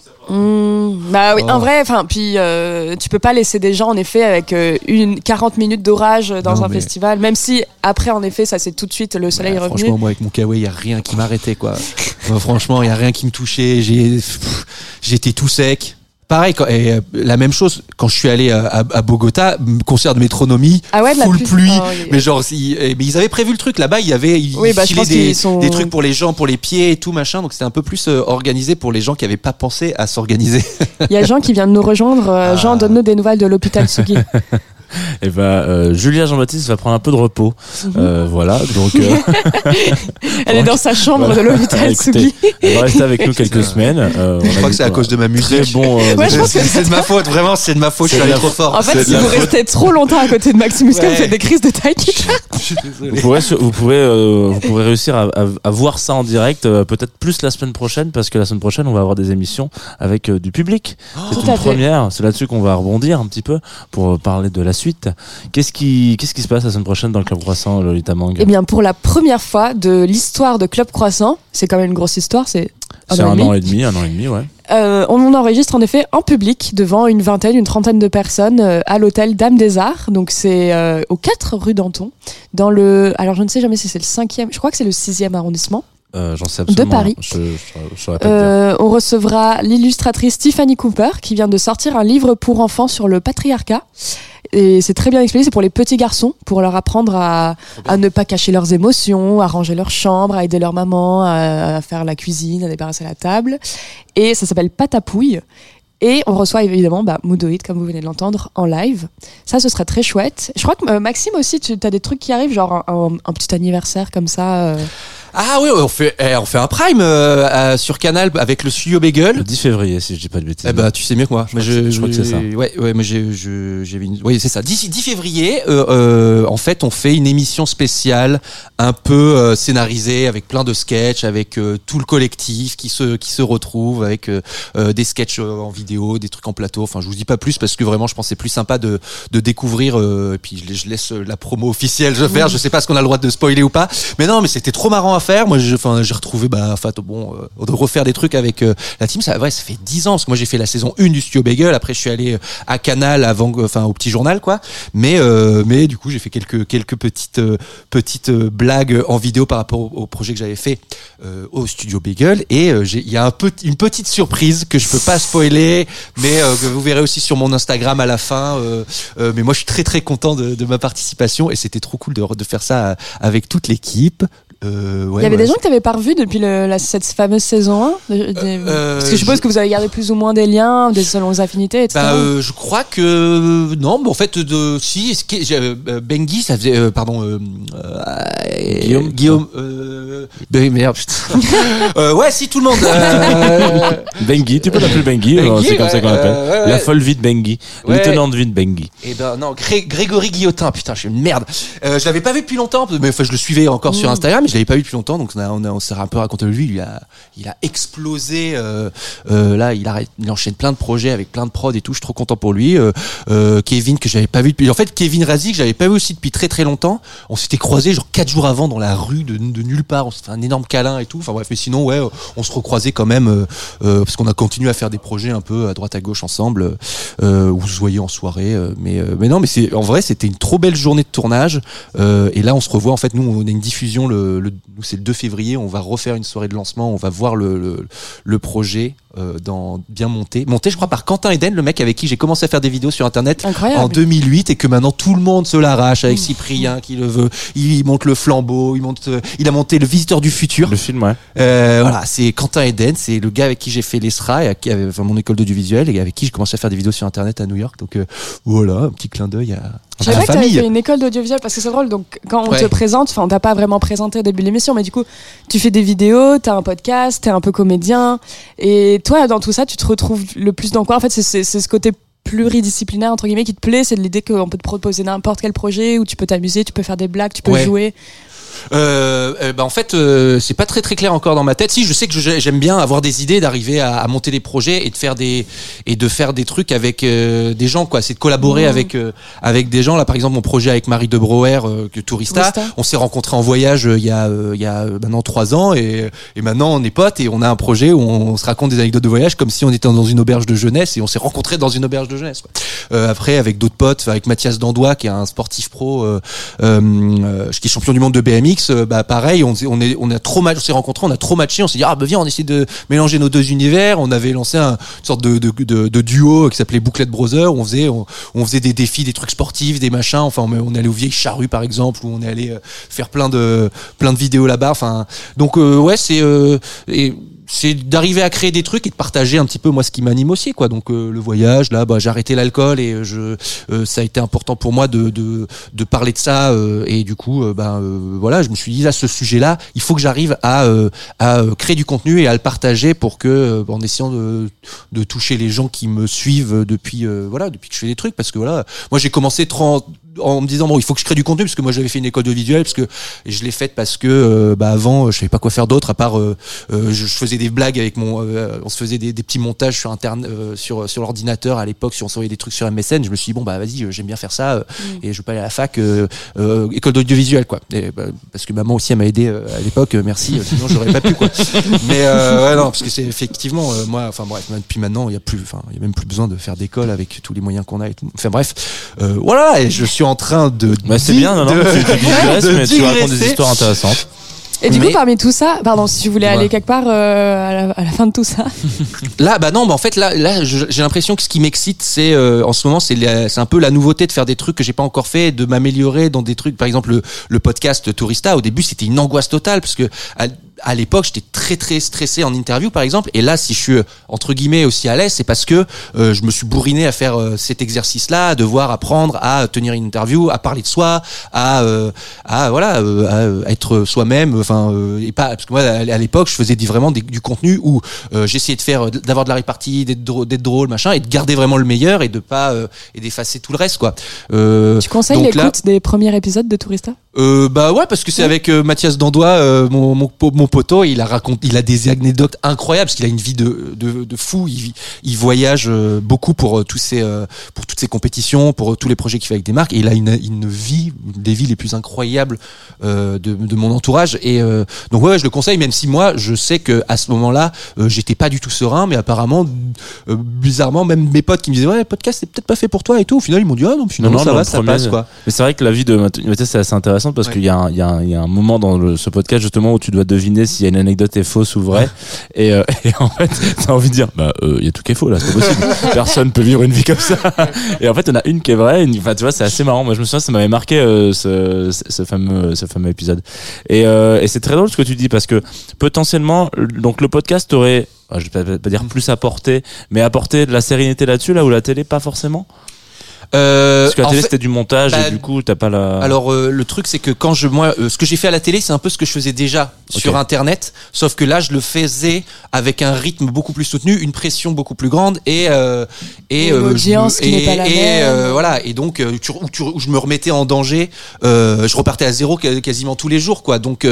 Bah oui, en vrai, enfin, puis tu peux pas laisser des gens en effet avec 40 minutes d'orage dans Non, un mais- festival, même si après en effet ça c'est tout de suite le soleil est revenu. Franchement, moi avec mon kawaii, il y a rien qui m'arrêtait quoi. Moi, franchement, il y a rien qui me touchait. J'étais tout sec. Pareil, la même chose quand je suis allé à Bogota, concert de Métronomie, Ah ouais, de la full pluie. pluie. Oh, oui. Mais genre, mais ils avaient prévu le truc là-bas. Ils Oui, bah, je filaient pense qu'ils sont- des trucs pour les gens, pour les pieds et tout machin. Donc c'était un peu plus organisé pour les gens qui avaient pas pensé à s'organiser. Il y a Jean qui vient de nous rejoindre. Jean, donne-nous des nouvelles de l'hôpital Sugi. Et Julia Jean-Baptiste va prendre un peu de repos. Voilà, donc. Elle est dans sa chambre de l'hôpital Écoutez, Sugi. elle va rester avec nous quelques semaines. Je crois que c'est à cause de ma musique. Très bon. Ouais, je pense que C'est de ma faute, vraiment, c'est de ma faute. Je suis allé trop fort. En fait, C'est si de la vous faute. restez trop longtemps à côté de Maximus, Ouais. vous faites des crises de taille. Vous pourrez réussir à voir ça en direct, peut-être plus la semaine prochaine, parce que la semaine prochaine, on va avoir des émissions avec du public. C'est Tout une à fait. première. C'est là-dessus qu'on va rebondir un petit peu pour parler de la suite. Qu'est-ce qui se passe la semaine prochaine dans le Club Croissant, Lolita Mang? Eh bien, pour la première fois de l'histoire de Club Croissant, c'est quand même une grosse histoire, c'est C'est un an et demi, ouais. on enregistre en effet en public devant une trentaine de personnes à l'hôtel Dame des Arts. Donc c'est au 4 rue Danton, dans le. Alors je ne sais jamais si c'est le 5e, je crois que c'est le 6e arrondissement. J'en sais absolument. De Paris. Je saurais pas te dire. On recevra l'illustratrice Tiffany Cooper qui vient de sortir un livre pour enfants sur le patriarcat. Et c'est très bien expliqué, c'est pour les petits garçons, pour leur apprendre à ne pas cacher leurs émotions, à ranger leur chambre, à aider leur maman, à faire la cuisine, à débarrasser la table. Et ça s'appelle Patapouille. Et on reçoit évidemment Moodoïd, comme vous venez de l'entendre, en live. Ça, ce serait très chouette. Je crois que Maxime aussi, tu as des trucs qui arrivent, genre un petit anniversaire comme ça. Ah oui, on fait un prime sur Canal avec le Studio Bagel. Le 10 février, si je dis pas de bêtises. Eh ben, tu sais mieux que moi. Je crois que c'est ça. Ouais, mais j'avais oui, c'est ça. 10 février, en fait, on fait une émission spéciale, un peu scénarisée, avec plein de sketchs, avec tout le collectif qui se retrouve, avec des sketchs en vidéo, des trucs en plateau. Enfin, je vous dis pas plus parce que vraiment, je pense que c'est plus sympa de découvrir. Et puis, je laisse la promo officielle faire. Je sais pas ce qu'on a le droit de spoiler ou pas. Mais non, mais c'était trop marrant à faire. Moi, j'ai retrouvé, de refaire des trucs avec la team. Ça fait 10 ans parce que moi j'ai fait la saison 1 du Studio Bagel. Après, je suis allé à Canal au Petit Journal, quoi. Mais du coup, j'ai fait quelques petites blagues en vidéo par rapport au projet que j'avais fait au Studio Bagel. Et il y a une petite surprise que je peux pas spoiler, mais que vous verrez aussi sur mon Instagram à la fin. Mais moi, je suis très très content de ma participation et c'était trop cool de faire ça avec toute l'équipe. Il y avait des gens que tu n'avais pas revus depuis cette fameuse saison 1 parce que je suppose que vous avez gardé plus ou moins des liens selon les affinités, etc. Je crois que non, mais en fait Bengi, ça faisait Guillaume merde putain. Ouais, si, tout le monde Bengi, tu peux l'appeler Bengi, c'est comme ça qu'on l'appelle. La folle vie de Bengi, lieutenant de vie de Bengi. Et non, Grégory Guillotin, putain, je suis une merde. Je l'avais pas vu depuis longtemps, mais je le suivais encore sur Instagram, mais je l'avais pas vu depuis longtemps, donc on s'est un peu raconté de lui. Il a explosé. Là, il enchaîne plein de projets avec plein de prods et tout. Je suis trop content pour lui. Kevin, que j'avais pas vu depuis. En fait, Kevin Razi, que j'avais pas vu aussi depuis très très longtemps. On s'était croisés genre 4 jours avant dans la rue de nulle part. On s'est fait un énorme câlin et tout. Enfin bref, mais sinon, ouais, on se recroisait quand même parce qu'on a continué à faire des projets un peu à droite à gauche ensemble. Où se voyait en soirée. Mais non, mais en vrai, c'était une trop belle journée de tournage. Et là, on se revoit. En fait, nous, on a une diffusion nous, c'est le 2 février. On va refaire une soirée de lancement. On va voir le projet bien monté, je crois, par Quentin Eden, le mec avec qui j'ai commencé à faire des vidéos sur internet. Incroyable. En 2008, et que maintenant tout le monde se l'arrache avec Cyprien qui le veut. Il monte le flambeau, il a monté Le Visiteur du Futur. Le film, ouais. Voilà, c'est Quentin Eden, c'est le gars avec qui j'ai fait l'ESRA et qui avait mon école d'audiovisuel et avec qui j'ai commencé à faire des vidéos sur internet à New York. Donc voilà, un petit clin d'œil à Je savais la pas que tu avais famille. fait une école d'audiovisuel parce que c'est drôle. Donc quand on Ouais. te présente, on t'a pas vraiment présenté au début de l'émission, mais du coup tu fais des vidéos, t'as un podcast, t'es un peu comédien. Et toi, dans tout ça, tu te retrouves le plus dans quoi? En fait, c'est ce côté pluridisciplinaire entre guillemets qui te plaît, c'est de l'idée qu'on peut te proposer n'importe quel projet où tu peux t'amuser, tu peux faire des blagues, tu peux Ouais. jouer. En fait, c'est pas très très clair encore dans ma tête. Si, je sais que j'aime bien avoir des idées, d'arriver à monter des projets et de faire des trucs avec des gens, quoi. C'est de collaborer avec des gens. Là, par exemple, mon projet avec Marie de Brouwer, que Tourista, on s'est rencontrés en voyage il y a maintenant 3 ans et maintenant on est potes et on a un projet où on se raconte des anecdotes de voyage comme si on était dans une auberge de jeunesse et on s'est rencontrés dans une auberge de jeunesse, quoi. Après, avec d'autres potes, avec Mathias Dandois, qui est un sportif pro, qui est champion du monde de BMX, pareil, on s'est rencontrés, on a trop matché, on s'est dit viens, on essaie de mélanger nos deux univers. On avait lancé une sorte de duo qui s'appelait Bouclette Brothers, où on faisait des défis, des trucs sportifs, des machins. Enfin, on est allé aux Vieilles Charrues, par exemple, où on est allé faire plein de vidéos là-bas. Enfin, donc c'est d'arriver à créer des trucs et de partager un petit peu moi ce qui m'anime aussi, quoi. Donc le voyage, là j'ai arrêté l'alcool et ça a été important pour moi de parler de ça, et du coup voilà, je me suis dit à ce sujet-là, il faut que j'arrive à créer du contenu et à le partager pour que en essayant de toucher les gens qui me suivent depuis que je fais des trucs, parce que voilà, moi j'ai commencé en me disant il faut que je crée du contenu, parce que moi j'avais fait une école de visuel, parce que je l'ai faite parce que avant je savais pas quoi faire d'autre à part je faisais des blagues avec on se faisait des petits montages sur internet, sur l'ordinateur à l'époque, si on s'envoyait des trucs sur MSN. Je me suis dit vas-y, j'aime bien faire ça, et je vais pas aller à la fac, école d'audiovisuel, quoi. Et, parce que maman aussi elle m'a aidé à l'époque, merci, sinon j'aurais pas pu, quoi. Mais non, parce que c'est effectivement moi, enfin bref, depuis maintenant il y a même plus besoin de faire d'école avec tous les moyens qu'on a et tout. Enfin bref, voilà, et je suis en train de c'est bien, tu digresses, mais tu racontes des histoires intéressantes. Et du coup, parmi tout ça, pardon, si tu voulais aller quelque part à la fin de tout ça. Là, en fait, là, j'ai l'impression que ce qui m'excite, c'est en ce moment, c'est un peu la nouveauté de faire des trucs que j'ai pas encore fait, de m'améliorer dans des trucs. Par exemple, le podcast Tourista, au début, c'était une angoisse totale, parce que à l'époque, j'étais très très stressé en interview, par exemple. Et là, si je suis entre guillemets aussi à l'aise, c'est parce que je me suis bourriné à faire cet exercice-là, à devoir apprendre à tenir une interview, à parler de soi, à être soi-même. Et pas, parce que moi à l'époque, je faisais vraiment du contenu où j'essayais d'avoir de la répartie, d'être drôle, machin, et de garder vraiment le meilleur et de pas et d'effacer tout le reste, quoi. Tu conseilles l'écoute des premiers épisodes de Tourista? Ouais, parce que c'est avec Mathias Dandois, mon poteau, il a des anecdotes incroyables, parce qu'il a une vie de fou. Il voyage beaucoup pour toutes ces compétitions, pour tous les projets qu'il fait avec des marques, et il a une vie, des vies les plus incroyables de mon entourage. Et donc ouais, je le conseille, même si moi je sais que à ce moment-là j'étais pas du tout serein, mais apparemment bizarrement, même mes potes qui me disaient le podcast c'est peut-être pas fait pour toi et tout, au final ils m'ont dit non, finalement ça va, ça passe, quoi. Mais c'est vrai que la vie de Mathias, c'est assez intéressant, parce qu'il y a un moment dans ce podcast justement où tu dois deviner si une anecdote est fausse ou vraie, et en fait t'as envie de dire il y a tout qui est faux là, c'est pas possible. Personne peut vivre une vie comme ça. Et en fait il y en a une qui est vraie, enfin tu vois, c'est assez marrant. Moi je me souviens, ça m'avait marqué ce fameux épisode, et c'est très drôle ce que tu dis, parce que potentiellement donc le podcast aurait, je vais pas dire plus apporté, mais apporter de la sérénité là-dessus, là où la télé pas forcément. Parce que la télé c'était du montage, et du coup t'as pas la. Alors le truc c'est que quand ce que j'ai fait à la télé, c'est un peu ce que je faisais déjà sur internet, sauf que là je le faisais avec un rythme beaucoup plus soutenu, une pression beaucoup plus grande, et l'audience qui n'est pas la même. Voilà, et donc où je me remettais en danger, je repartais à zéro quasiment tous les jours, quoi. Donc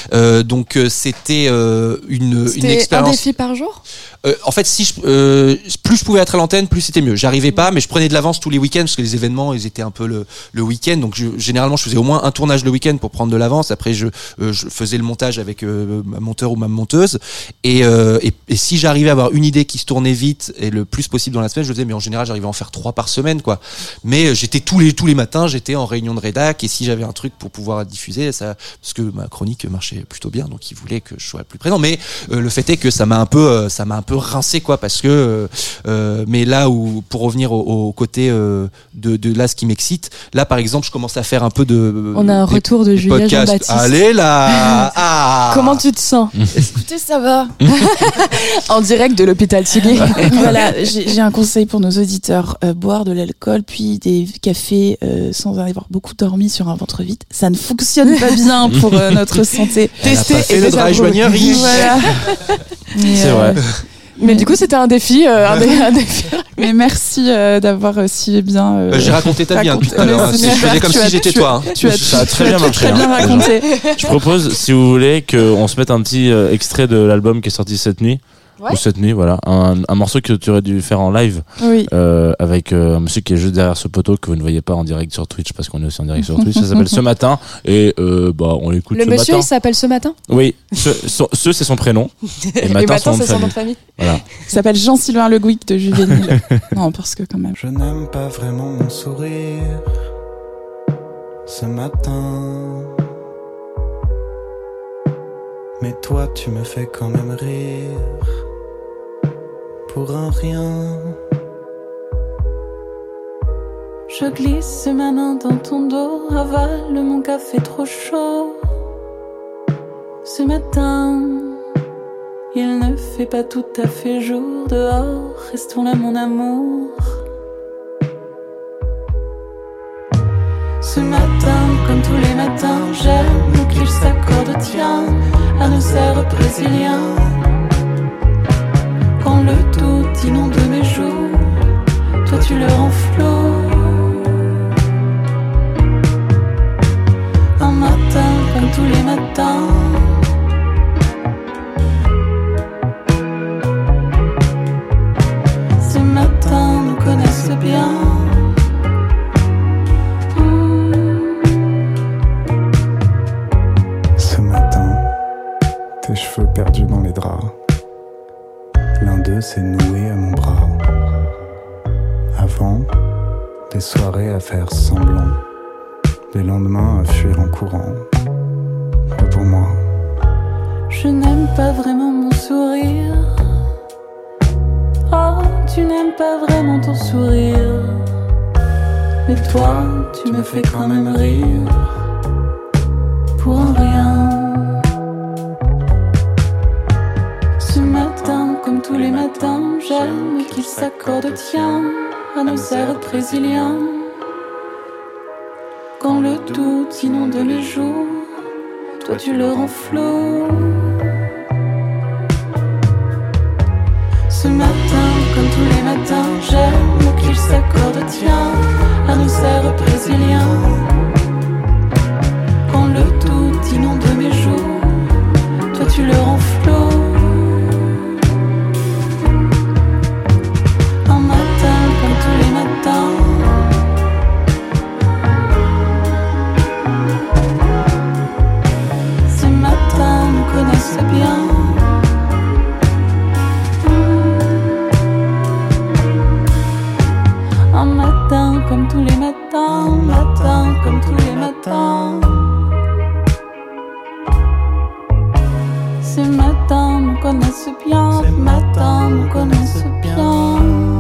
c'était une expérience. Un défi par jour. En fait, plus je pouvais être à l'antenne, plus c'était mieux. J'arrivais pas, mais je prenais de l'avance tous les week-ends, parce que les événements, ils étaient un peu le week-end. Donc généralement, je faisais au moins un tournage le week-end pour prendre de l'avance. Après, je faisais le montage avec ma monteur ou ma monteuse. Et si j'arrivais à avoir une idée qui se tournait vite et le plus possible dans la semaine, je le faisais. Mais en général, j'arrivais à en faire 3 par semaine, quoi. Mais j'étais tous les matins, j'étais en réunion de rédac. Et si j'avais un truc pour pouvoir diffuser, ça, parce que ma chronique marchait plutôt bien, donc ils voulaient que je sois plus présent. Mais le fait est que ça m'a un peu rincé, quoi, parce que mais là où, pour revenir au côté de là, ce qui m'excite, là par exemple, je commence à faire un peu de. On a un retour de Julia Jean-Baptiste. Allez là. Comment tu te sens? Écoutez, ça va. En direct de l'hôpital Tilly. Voilà, j'ai un conseil pour nos auditeurs. Boire de l'alcool puis des cafés sans avoir beaucoup dormi sur un ventre vide, ça ne fonctionne pas bien pour notre santé. Tester et Voilà. c'est vrai. Mais du coup, c'était un défi. Un défi. Mais merci d'avoir si bien. J'ai raconté ta vie depuis tout à l'heure. Je faisais comme si j'étais toi. Tu as Ça a très bien marché. Très bien raconté. Je propose, si vous voulez, qu'on se mette un petit extrait de l'album qui est sorti cette nuit. Ouais. Ou cette nuit, voilà. Un morceau que tu aurais dû faire en live. Oui. Avec un monsieur qui est juste derrière ce poteau que vous ne voyez pas en direct sur Twitch parce qu'on est aussi en direct sur Twitch. Ça s'appelle Ce Matin. Et on l'écoute Le ce monsieur, matin. il s'appelle Ce Matin. Oui, ce c'est son prénom. Et Matin, Matin, c'est son nom de de famille. Voilà. Il s'appelle Jean-Sylvain Le Gouic de Juvénile. Non, parce que quand même. Je n'aime pas vraiment mon sourire ce matin. Mais toi, tu me fais quand même rire pour un rien. Je glisse ma main dans ton dos, avale mon café trop chaud. Ce matin, il ne fait pas tout à fait jour dehors, restons là mon amour. Ce matin, comme tous les matins, j'aime qu'il s'accorde tient à nos cerfs brésiliens. Quand le tout inonde mes joues, toi tu le rends flot. Un matin comme tous les matins, ce matin nous connaissent bien. Ce matin, tes cheveux perdus dans les draps. L'un d'eux s'est noué à mon bras. Avant, des soirées à faire semblant, des lendemains à fuir en courant. Mais pour moi, Je n'aime pas vraiment mon sourire. Oh, tu n'aimes pas vraiment ton sourire. Mais toi, tu me fais quand même rire. Pour un rien. Ce matin, comme tous les matins, j'aime qu'il s'accorde tient à nos airs brésiliens. Quand le tout inonde les jours, toi tu le rends flot. Ce matin, comme tous les matins, j'aime qu'il s'accorde tient à nos airs brésiliens. Quand le tout inonde mes jours, toi tu le rends flot. Un matin, comme tous les matins, ce matin nous connaissent bien. Un matin comme tous les matins, un matin comme tous les matins. Ce matin nous connaissent bien, ce matin nous connaissent bien.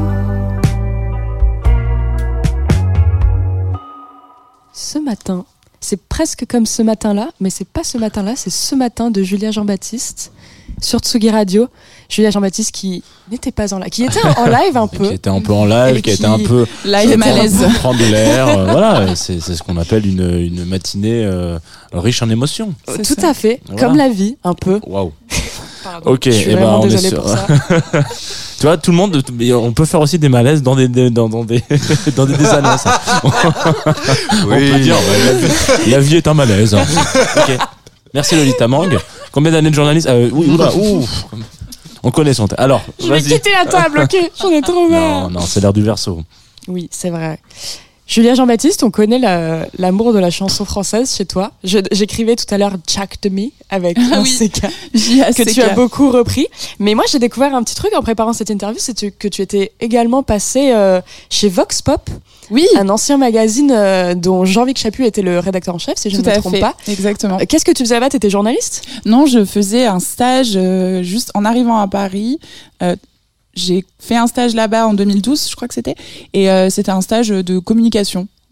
Ce matin, c'est presque comme ce matin-là, mais c'est pas ce matin-là, c'est Ce Matin de Julia Jean-Baptiste sur Tsugi Radio. Julia Jean-Baptiste qui n'était pas en live, qui était en live un peu. Qui était un peu en live, qui était un peu live malaise. Prendre de l'air, voilà, c'est ce qu'on appelle une matinée riche en émotions. Tout à fait, Voilà. comme la vie, un peu. Waouh. Pardon, Ok, je suis et ben vraiment on est désolée sur. pour ça. Tu vois, tout le monde, on peut faire aussi des malaises dans des dans des annonces. On peut dire, la vie est un malaise. Hein. Ok. Merci Lolita Mang. Combien d'années de journaliste Oui, oula, ouf. On connaît son. Alors, Je vais quitter la table, ok. J'en ai trop marre. Non, c'est l'heure du verso. Oui, c'est vrai. Julia Jean-Baptiste, on connaît l'amour de la chanson française chez toi. J'écrivais tout à l'heure Jack de Me avec un CK que tu as beaucoup repris. Mais moi, j'ai découvert un petit truc en préparant cette interview, c'est que tu étais également passé chez Vox Pop, un ancien magazine dont Jean-Vicq Chaput était le rédacteur en chef, si je ne me trompe pas. Exactement. Qu'est-ce que tu faisais là-bas ? T'étais journaliste ? Non, je faisais un stage juste en arrivant à Paris. J'ai fait un stage là-bas en 2012, je crois que c'était. Et c'était un stage de communication.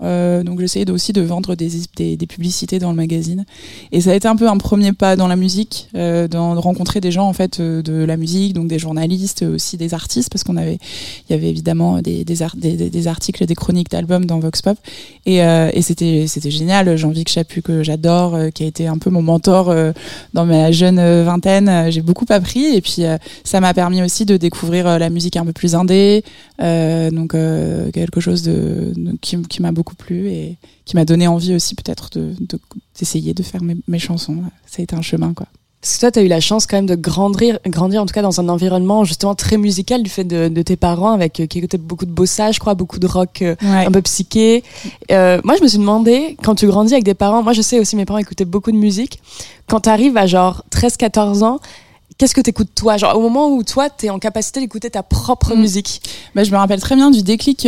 Donc j'essayais aussi de vendre des publicités dans le magazine. Et ça a été un peu un premier pas dans la musique, de rencontrer des gens en fait de la musique, donc des journalistes, aussi des artistes, parce il y avait évidemment des articles, des chroniques d'albums dans Vox Pop. Et c'était génial. Jean-Vicq Chaput, que j'adore, qui a été un peu mon mentor dans ma jeune vingtaine. J'ai beaucoup appris, et puis ça m'a permis aussi de découvrir la musique un peu plus indé, donc quelque chose qui m'a beaucoup plu et qui m'a donné envie aussi peut-être d'essayer de faire mes chansons. Ça a été un chemin, quoi. Parce que toi, t'as eu la chance quand même de grandir en tout cas dans un environnement justement très musical du fait de tes parents, avec qui écoutaient beaucoup de bossa, je crois, beaucoup de rock un peu psyché. Moi, je me suis demandé, quand tu grandis avec des parents, moi je sais aussi mes parents écoutaient beaucoup de musique, quand t'arrives à genre 13-14 ans, qu'est-ce que t'écoutes toi, genre au moment où toi t'es en capacité d'écouter ta propre musique? Je me rappelle très bien du déclic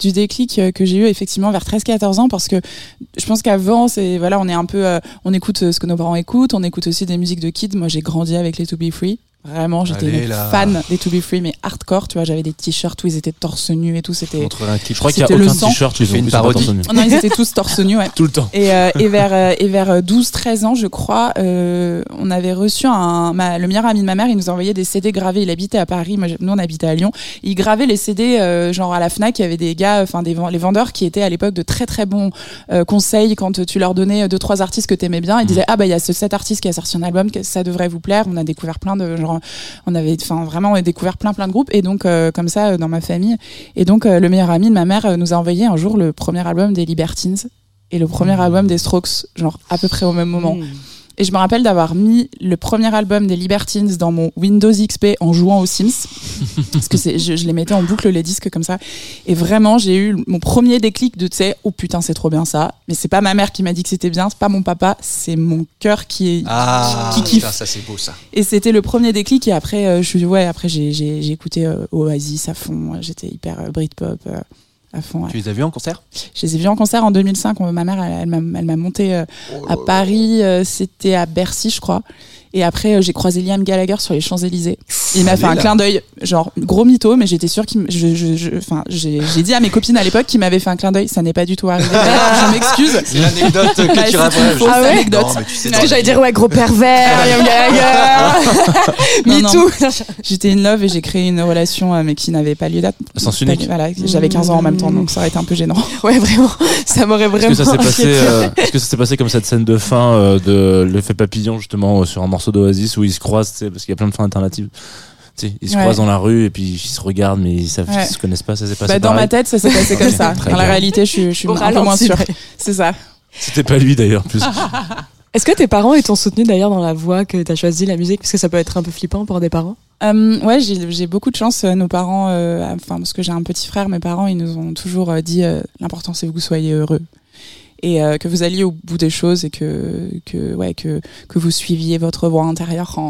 que j'ai eu effectivement vers 13-14 ans, parce que je pense qu'avant on est un peu on écoute ce que nos parents écoutent, on écoute aussi des musiques de kids. Moi j'ai grandi avec les To Be Free. Vraiment, j'étais fan des To Be Free, mais hardcore, tu vois, j'avais des t-shirts où ils étaient torse nu et tout, c'était... Je crois qu'il y a aucun t-shirt, ils ont une parodie. Non, ils étaient tous torse nu, ouais. Tout le temps. Et vers 12-13 ans, je crois, on avait reçu le meilleur ami de ma mère, il nous envoyait des CD gravés, il habitait à Paris, nous on habitait à Lyon, il gravait les CD, genre à la Fnac, il y avait des gars, les vendeurs qui étaient à l'époque de très très bons conseils quand tu leur donnais 2-3 artistes que t'aimais bien, ils disaient il y a cet artiste qui a sorti un album, ça devrait vous plaire. On a découvert plein de on avait vraiment découvert plein de groupes, et donc comme ça dans ma famille, et donc le meilleur ami de ma mère nous a envoyé un jour le premier album des Libertines et le premier album des Strokes, genre à peu près au même moment. Et je me rappelle d'avoir mis le premier album des Libertines dans mon Windows XP en jouant aux Sims, parce que je les mettais en boucle, les disques, comme ça. Et vraiment, j'ai eu mon premier déclic de, tu sais, oh putain, c'est trop bien ça. Mais c'est pas ma mère qui m'a dit que c'était bien, c'est pas mon papa, c'est mon cœur qui kiffe. Putain, ça c'est beau, ça. Et c'était le premier déclic. Et après, j'ai écouté Oasis à fond. J'étais hyper Britpop. À fond, ouais. Tu les as vus en concert? Je les ai vus en concert en 2005. Ma mère, elle m'a monté à Paris. C'était à Bercy, je crois. Et après, j'ai croisé Liam Gallagher sur les Champs-Élysées. Il m'a fait un clin d'œil, genre gros mytho, mais j'étais sûre j'ai dit à mes copines à l'époque qu'il m'avait fait un clin d'œil. Ça n'est pas du tout arrivé. Je m'excuse. C'est l'anecdote que tu racontes. Anecdote. Non, mais tu sais, parce que j'allais dire gros pervers, Liam Gallagher. MeToo. J'étais in love et j'ai créé une relation, mais qui n'avait pas lieu d'être. Sens unique. Voilà, j'avais 15 ans en même temps, donc ça aurait été un peu gênant. Ouais, vraiment. Ça m'aurait vraiment. Est-ce que ça s'est passé comme cette scène de fin de l'effet papillon, justement, sur un morceau d'Oasis où ils se croisent, parce qu'il y a plein de fins alternatives. Ils se croisent dans la rue et puis ils se regardent, mais ils se connaissent pas. Ça s'est passé dans ma tête, ça s'est passé comme ça. Dans la réalité, je suis un peu moins sûre. C'est ça. C'était pas lui d'ailleurs, plus. Est-ce que tes parents t'ont soutenu d'ailleurs dans la voie que t'as choisi, la musique? Parce que ça peut être un peu flippant pour des parents. Ouais, j'ai beaucoup de chance. Nos parents, parce que j'ai un petit frère, mes parents, ils nous ont toujours dit l'important c'est que vous soyez heureux. Et que vous alliez au bout des choses et que vous suiviez votre voix intérieure.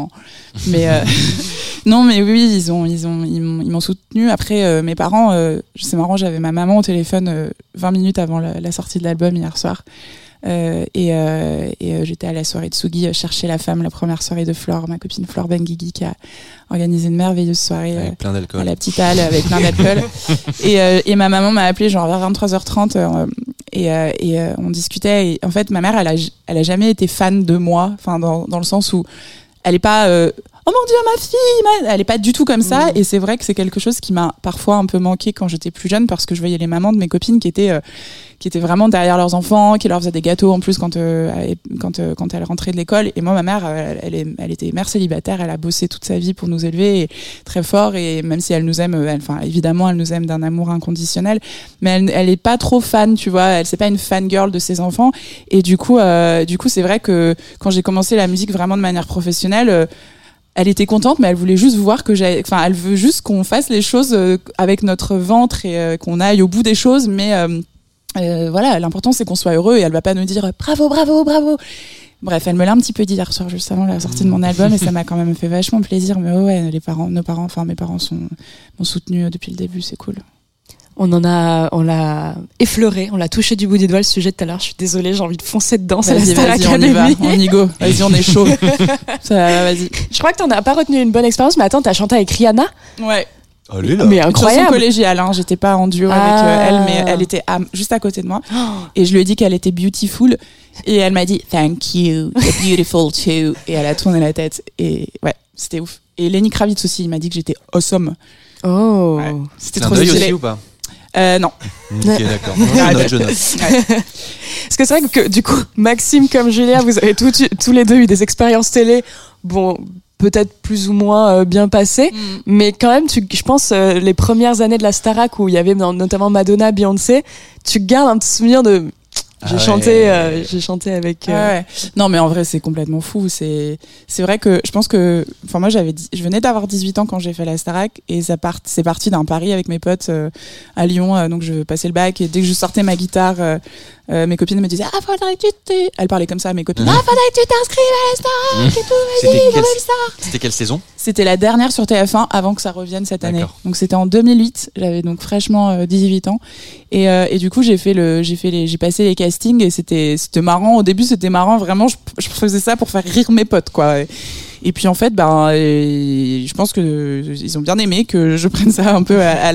Non, mais oui, ils m'ont soutenu. Après, mes parents, c'est marrant, j'avais ma maman au téléphone 20 minutes avant la sortie de l'album hier soir. Et j'étais à la soirée de Tsugi chercher la femme, la première soirée de Flore, ma copine Flore Benguigui, qui a organisé une merveilleuse soirée avec plein d'alcool. À la petite halle avec plein d'alcool. Et ma maman m'a appelé genre vers 23h30 et on discutait. Et en fait, ma mère, elle a jamais été fan de moi, enfin dans le sens où elle est pas oh mon Dieu, ma fille, elle est pas du tout comme ça. Et c'est vrai que c'est quelque chose qui m'a parfois un peu manqué quand j'étais plus jeune, parce que je voyais les mamans de mes copines qui étaient vraiment derrière leurs enfants, qui leur faisaient des gâteaux en plus quand elles rentraient de l'école. Et moi, ma mère, elle était mère célibataire, elle a bossé toute sa vie pour nous élever, et très fort. Et même si elle nous aime, évidemment, elle nous aime d'un amour inconditionnel, mais elle est pas trop fan, tu vois. C'est pas une fangirl de ses enfants. Et du coup, c'est vrai que quand j'ai commencé la musique vraiment de manière professionnelle, elle était contente, mais elle voulait juste voir elle veut juste qu'on fasse les choses avec notre ventre et qu'on aille au bout des choses, mais voilà, l'important c'est qu'on soit heureux, et elle va pas nous dire bravo, bravo, bravo. Bref, elle me l'a un petit peu dit hier soir, juste avant la sortie de mon album, et ça m'a quand même fait vachement plaisir. Mais ouais, mes parents m'ont soutenu depuis le début, c'est cool. On l'a effleuré, on l'a touché du bout du doigt le sujet tout à l'heure. Je suis désolée, j'ai envie de foncer dedans. C'est la Star Academy. On y go. Vas-y, on est chaud. Vas-y. Je crois que t'en as pas retenu une bonne expérience, mais attends, t'as chanté avec Rihanna? Ouais. Allez là. Mais Une chanson incroyable. collégiale, hein. J'étais pas en duo avec elle, mais elle était juste à côté de moi. Et je lui ai dit qu'elle était beautiful. Et elle m'a dit thank you, you're beautiful too. Et elle a tourné la tête. Et ouais, c'était ouf. Et Lenny Kravitz aussi, il m'a dit que j'étais awesome. Oh. Ouais. C'était C'est un trop deuil stylé. aussi ou pas? Non. Ok, d'accord. Je note. Parce que c'est vrai que du coup, Maxime comme Julia, vous avez tous les deux eu des expériences télé. Bon, peut-être plus ou moins bien passées, mais quand même, je pense les premières années de la Starac où il y avait notamment Madonna, Beyoncé, tu gardes un petit souvenir de. J'ai chanté avec. Ouais. Non, mais en vrai, c'est complètement fou. C'est vrai que je pense que, enfin, moi, je venais d'avoir 18 ans quand j'ai fait la Starac et c'est parti d'un pari avec mes potes à Lyon. Donc, je passais le bac et dès que je sortais ma guitare, mes copines me disaient faudrait que elles parlaient comme ça à mes copines. Faudrait que tu t'inscrives à la Starac et tout. Vas-y, C'était quelle saison? C'était la dernière sur TF1 avant que ça revienne cette année. Donc c'était en 2008. J'avais donc fraîchement 18 ans et du coup j'ai passé les castings et c'était marrant. Au début c'était marrant vraiment. Je faisais ça pour faire rire mes potes quoi. Et puis en fait, je pense que ils ont bien aimé que je prenne ça un peu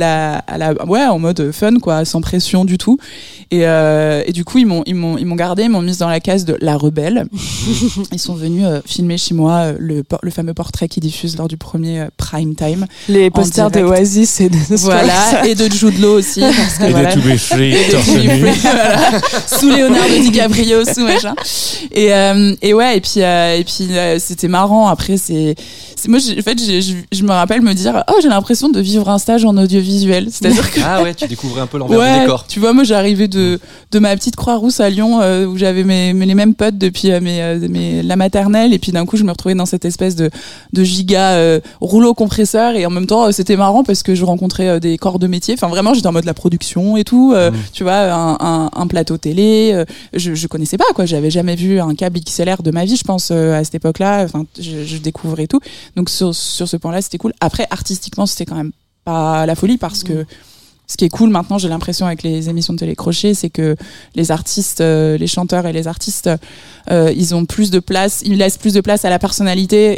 en mode fun quoi, sans pression du tout. Et du coup ils m'ont gardé, ils m'ont mise dans la case de la rebelle. Ils sont venus filmer chez moi le fameux portrait qu'ils diffusent lors du premier prime time. Les posters de Oasis et de voilà, et de Jude Law aussi. Parce que, et de To Be Free, voilà, sous Leonardo DiCaprio, sous machin. Et ouais, et puis c'était marrant. Après, moi, en fait, je me rappelle me dire, j'ai l'impression de vivre un stage en audiovisuel. C'est-à-dire que. Ah ouais, tu découvrais un peu l'envers du décor. Tu vois, moi, j'arrivais de ma petite Croix-Rousse à Lyon, où j'avais les mêmes potes depuis la maternelle, et puis d'un coup, je me retrouvais dans cette espèce de giga rouleau compresseur, et en même temps, c'était marrant parce que je rencontrais des corps de métier. Enfin, vraiment, j'étais en mode la production et tout. Tu vois, un plateau télé. Je connaissais pas, quoi. J'avais jamais vu un câble XLR de ma vie, je pense, à cette époque-là. Enfin, je découvrais tout. Donc sur ce point-là, c'était cool. Après, artistiquement, c'était quand même pas la folie parce que ce qui est cool maintenant, j'ai l'impression avec les émissions de télécrochet, c'est que les artistes, les chanteurs et les artistes, ils ont plus de place, ils laissent plus de place à la personnalité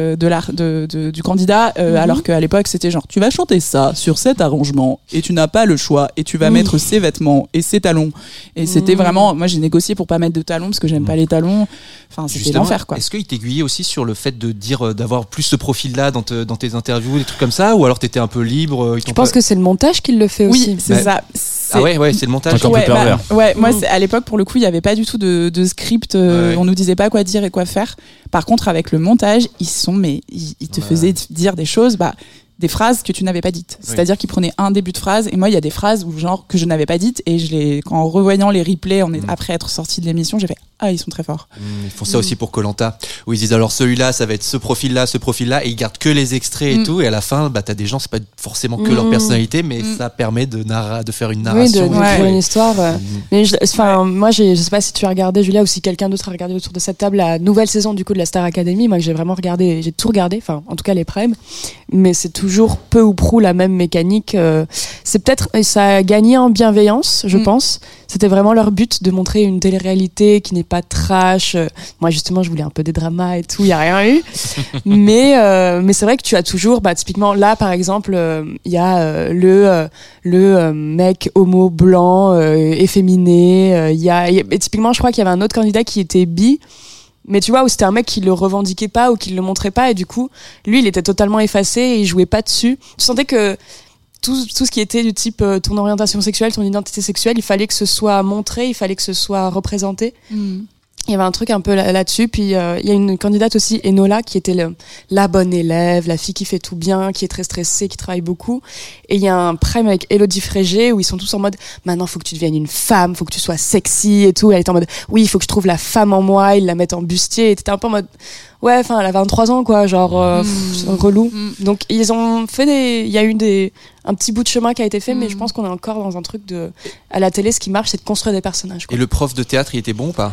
du candidat, alors qu'à l'époque c'était genre tu vas chanter ça sur cet arrangement et tu n'as pas le choix et tu vas mettre ces vêtements et ces talons. Et c'était vraiment, moi j'ai négocié pour pas mettre de talons parce que j'aime pas les talons. Enfin, c'était l'enfer quoi. Est-ce qu'il t'aiguillait aussi sur le fait de dire d'avoir plus ce profil-là dans tes interviews, des trucs comme ça, ou alors t'étais un peu libre? Je pense que c'est le montage qui le fait aussi. Oui, c'est ça. Ah ouais, c'est le montage. Encore plus pervers. Moi, à l'époque, pour le coup, il n'y avait pas du tout de script. On nous disait pas quoi dire et quoi faire. Par contre, avec le montage, ils te faisaient dire des choses, des phrases que tu n'avais pas dites. C'est-à-dire qu'ils prenaient un début de phrase et moi, il y a des phrases que je n'avais pas dites et en revoyant les replays, après être sorti de l'émission, j'ai fait ils sont très forts. Ils font ça aussi pour Koh-Lanta, où ils disent alors celui-là, ça va être ce profil-là, et ils gardent que les extraits et tout, et à la fin, t'as des gens, c'est pas forcément que leur personnalité, mais ça permet de faire une narration. Oui, de faire une histoire. Mais moi, je sais pas si tu as regardé, Julia, ou si quelqu'un d'autre a regardé autour de cette table la nouvelle saison du coup de la Star Academy. Moi, que j'ai vraiment regardé, j'ai tout regardé, enfin, en tout cas les primes, mais c'est toujours peu ou prou la même mécanique. C'est peut-être, ça a gagné en bienveillance, je pense. C'était vraiment leur but de montrer une télé-réalité qui n'est pas trash. Moi, justement, je voulais un peu des dramas et tout, il n'y a rien eu. mais c'est vrai que tu as toujours, typiquement, là, par exemple, il y a le mec homo blanc, efféminé. Et typiquement, je crois qu'il y avait un autre candidat qui était bi. Mais tu vois, où c'était un mec qui le revendiquait pas ou qui le montrait pas. Et du coup, lui, il était totalement effacé et il jouait pas dessus. Tu sentais que tout ce qui était du type ton orientation sexuelle, ton identité sexuelle, il fallait que ce soit montré, il fallait que ce soit représenté. Il y avait un truc un peu là-dessus. Puis il y a une candidate aussi, Enola, qui était la bonne élève, la fille qui fait tout bien, qui est très stressée, qui travaille beaucoup. Et il y a un prime avec Élodie Frégé où ils sont tous en mode maintenant faut que tu deviennes une femme, faut que tu sois sexy et tout. Elle était en mode oui, il faut que je trouve la femme en moi. Ils la mettent en bustier. Et t'étais un peu en mode ouais, enfin elle a 23 ans quoi, genre relou. Donc ils ont fait il y a eu un petit bout de chemin qui a été fait, mais je pense qu'on est encore dans un truc à la télé, ce qui marche, c'est de construire des personnages, quoi. Et le prof de théâtre, il était bon ou pas?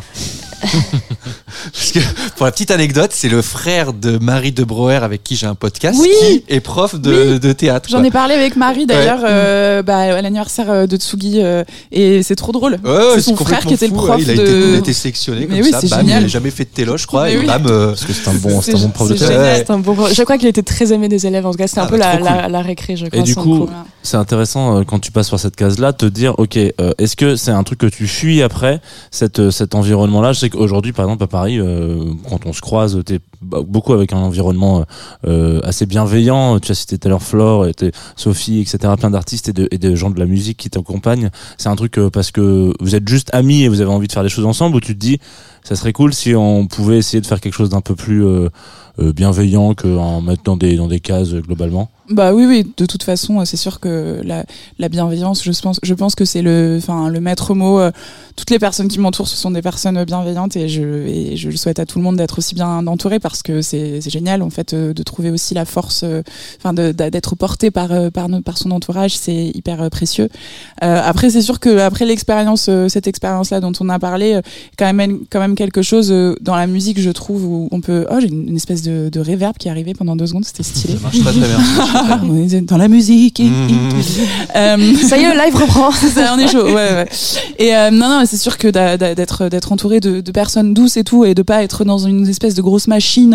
Parce que, pour la petite anecdote, c'est le frère de Marie de Brouwer avec qui j'ai un podcast, qui est prof de théâtre. J'en ai parlé avec Marie d'ailleurs, à l'anniversaire de Tsugi, et c'est trop drôle. Ouais, c'est son frère qui était le prof il a été sélectionné comme ça. C'est Il génial. n'a jamais fait de télo, je crois. Et oui. bam, Parce que c'est un bon prof de C'est théâtre. génial, c'est un bon prof. Je crois qu'il était très aimé des élèves. En tout cas, c'était un peu la récré, je crois. Et du coup, cours. c'est intéressant quand tu passes par cette case-là, te dire, ok, est-ce que c'est un truc que tu fuis après cet environnement-là? Je sais qu'aujourd'hui, par exemple, à Paris, quand on se croise, t'es beaucoup avec un environnement assez bienveillant. Tu as cité tout à l'heure Flore, Sophie, etc. Plein d'artistes et de gens de la musique qui t'accompagnent. C'est un truc parce que vous êtes juste amis et vous avez envie de faire des choses ensemble, ou tu te dis, ça serait cool si on pouvait essayer de faire quelque chose d'un peu plus bienveillant qu'en mettre dans des cases globalement? Bah oui, de toute façon, c'est sûr que la bienveillance, je pense que c'est le maître mot. Toutes les personnes qui m'entourent, ce sont des personnes bienveillantes, et je le souhaite à tout le monde d'être aussi bien entouré, parce que c'est génial en fait de trouver aussi la force, d'être porté par son entourage, c'est hyper précieux. Après, c'est sûr que après cette expérience-là dont on a parlé, quand même quelque chose dans la musique, je trouve, où on peut. Oh, j'ai une espèce de reverb qui est arrivé pendant 2 secondes, c'était stylé. Ça marche très bien. On est dans la musique. Ça y est, le live reprend. Ça, on est chaud. Ouais. Et non, c'est sûr que d'être entouré de personnes douces et tout, et de pas être dans une espèce de grosse machine,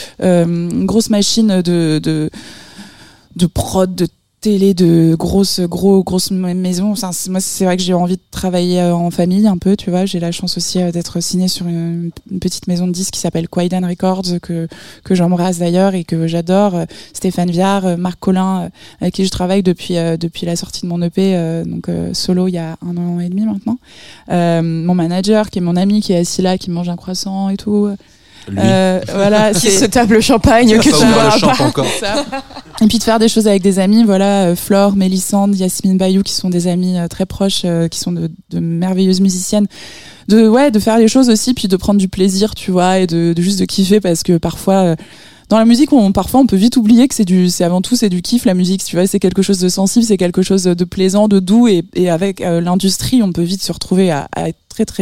de prod, de télé, de grosses maisons. Enfin, moi, c'est vrai que j'ai envie de travailler en famille un peu, tu vois. J'ai la chance aussi d'être signée sur une petite maison de disques qui s'appelle Quaidan Records, que j'embrasse d'ailleurs et que j'adore. Stéphane Viard, Marc Collin, avec qui je travaille depuis la sortie de mon EP, solo, il y a 1 an et demi maintenant. Mon manager, qui est mon ami, qui est assis là, qui mange un croissant et tout. Voilà, qui se tape le champagne que tu ne boiras pas encore. Et puis de faire des choses avec des amis, voilà, Flore, Mélissande, Yasmine Bayou, qui sont des amies très proches, qui sont de merveilleuses musiciennes. De faire les choses aussi, puis de prendre du plaisir, tu vois, et de juste de kiffer, parce que parfois dans la musique, parfois on peut vite oublier que c'est avant tout du kiff, la musique, tu vois, c'est quelque chose de sensible, c'est quelque chose de plaisant, de doux, et avec l'industrie, on peut vite se retrouver à être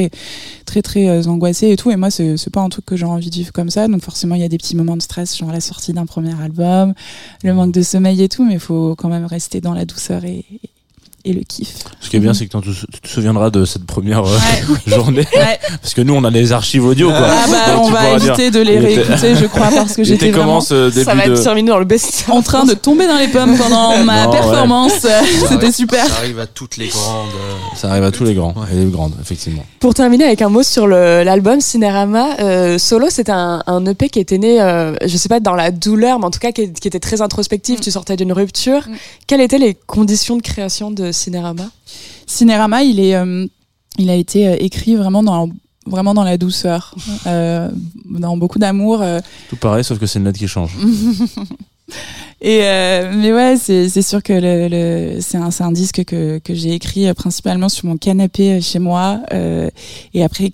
très angoissé et tout, et moi c'est pas un truc que j'ai envie de vivre comme ça, donc forcément il y a des petits moments de stress, genre la sortie d'un premier album, le manque de sommeil et tout, mais il faut quand même rester dans la douceur et le kiff. Ce qui est bien, c'est que tu te souviendras de cette première journée. Ouais. Parce que nous, on a les archives audio, quoi. Ah bah, donc, on va éviter de les réécouter, je crois, parce que j'étais vraiment... Ça va être terminé dans le best. En train de tomber dans les pommes pendant ma performance. C'était super. Ça arrive à toutes les grandes. Ça arrive à tous les grands. Et les grandes, effectivement. Pour terminer avec un mot sur l'album Cinérama, Solo, c'était un EP qui était né, je sais pas, dans la douleur, mais en tout cas, qui était très introspectif. Tu sortais d'une rupture. Quelles étaient les conditions de création de Cinérama? Cinérama, il a été écrit vraiment dans la douceur, dans beaucoup d'amour. Tout pareil, sauf que c'est une note qui change. Et mais ouais, c'est sûr que c'est un disque que j'ai écrit principalement sur mon canapé chez moi, et après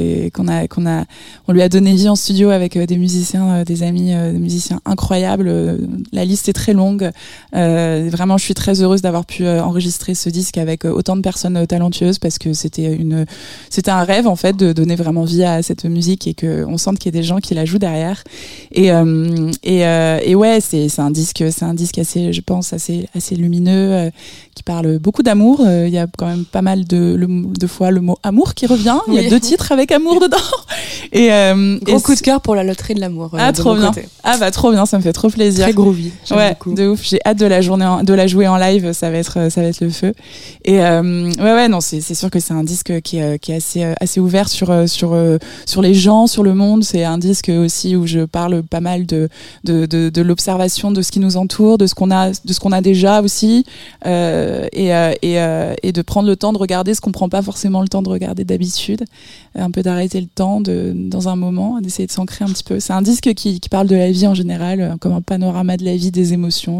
on lui a donné vie en studio avec des musiciens, des amis, des musiciens incroyables. La liste est très longue. Vraiment, je suis très heureuse d'avoir pu enregistrer ce disque avec autant de personnes talentueuses, parce que c'était un rêve en fait, de donner vraiment vie à cette musique, et que on sente qu'il y a des gens qui la jouent derrière. Et ouais, c'est un disque assez, je pense, assez lumineux, qui parle beaucoup d'amour. Il y a quand même pas mal de fois le mot amour qui revient. Il y a 2 titres avec amour dedans. Et gros coup de cœur pour la loterie de l'amour. Trop bien. Côté. Ah bah trop bien, ça me fait trop plaisir. Très groovy. Ouais, beaucoup. De ouf. J'ai hâte de la jouer en live. Ça va être le feu. Et ouais, non, c'est sûr que c'est un disque qui est assez ouvert sur les gens, sur le monde. C'est un disque aussi où je parle pas mal de l'observation de ce qui nous entoure, de ce qu'on a déjà aussi, et de prendre le temps de regarder ce qu'on prend pas forcément le temps de regarder d'habitude, un peu d'arrêter le temps dans un moment, d'essayer de s'ancrer un petit peu. C'est un disque qui parle de la vie en général, comme un panorama de la vie, des émotions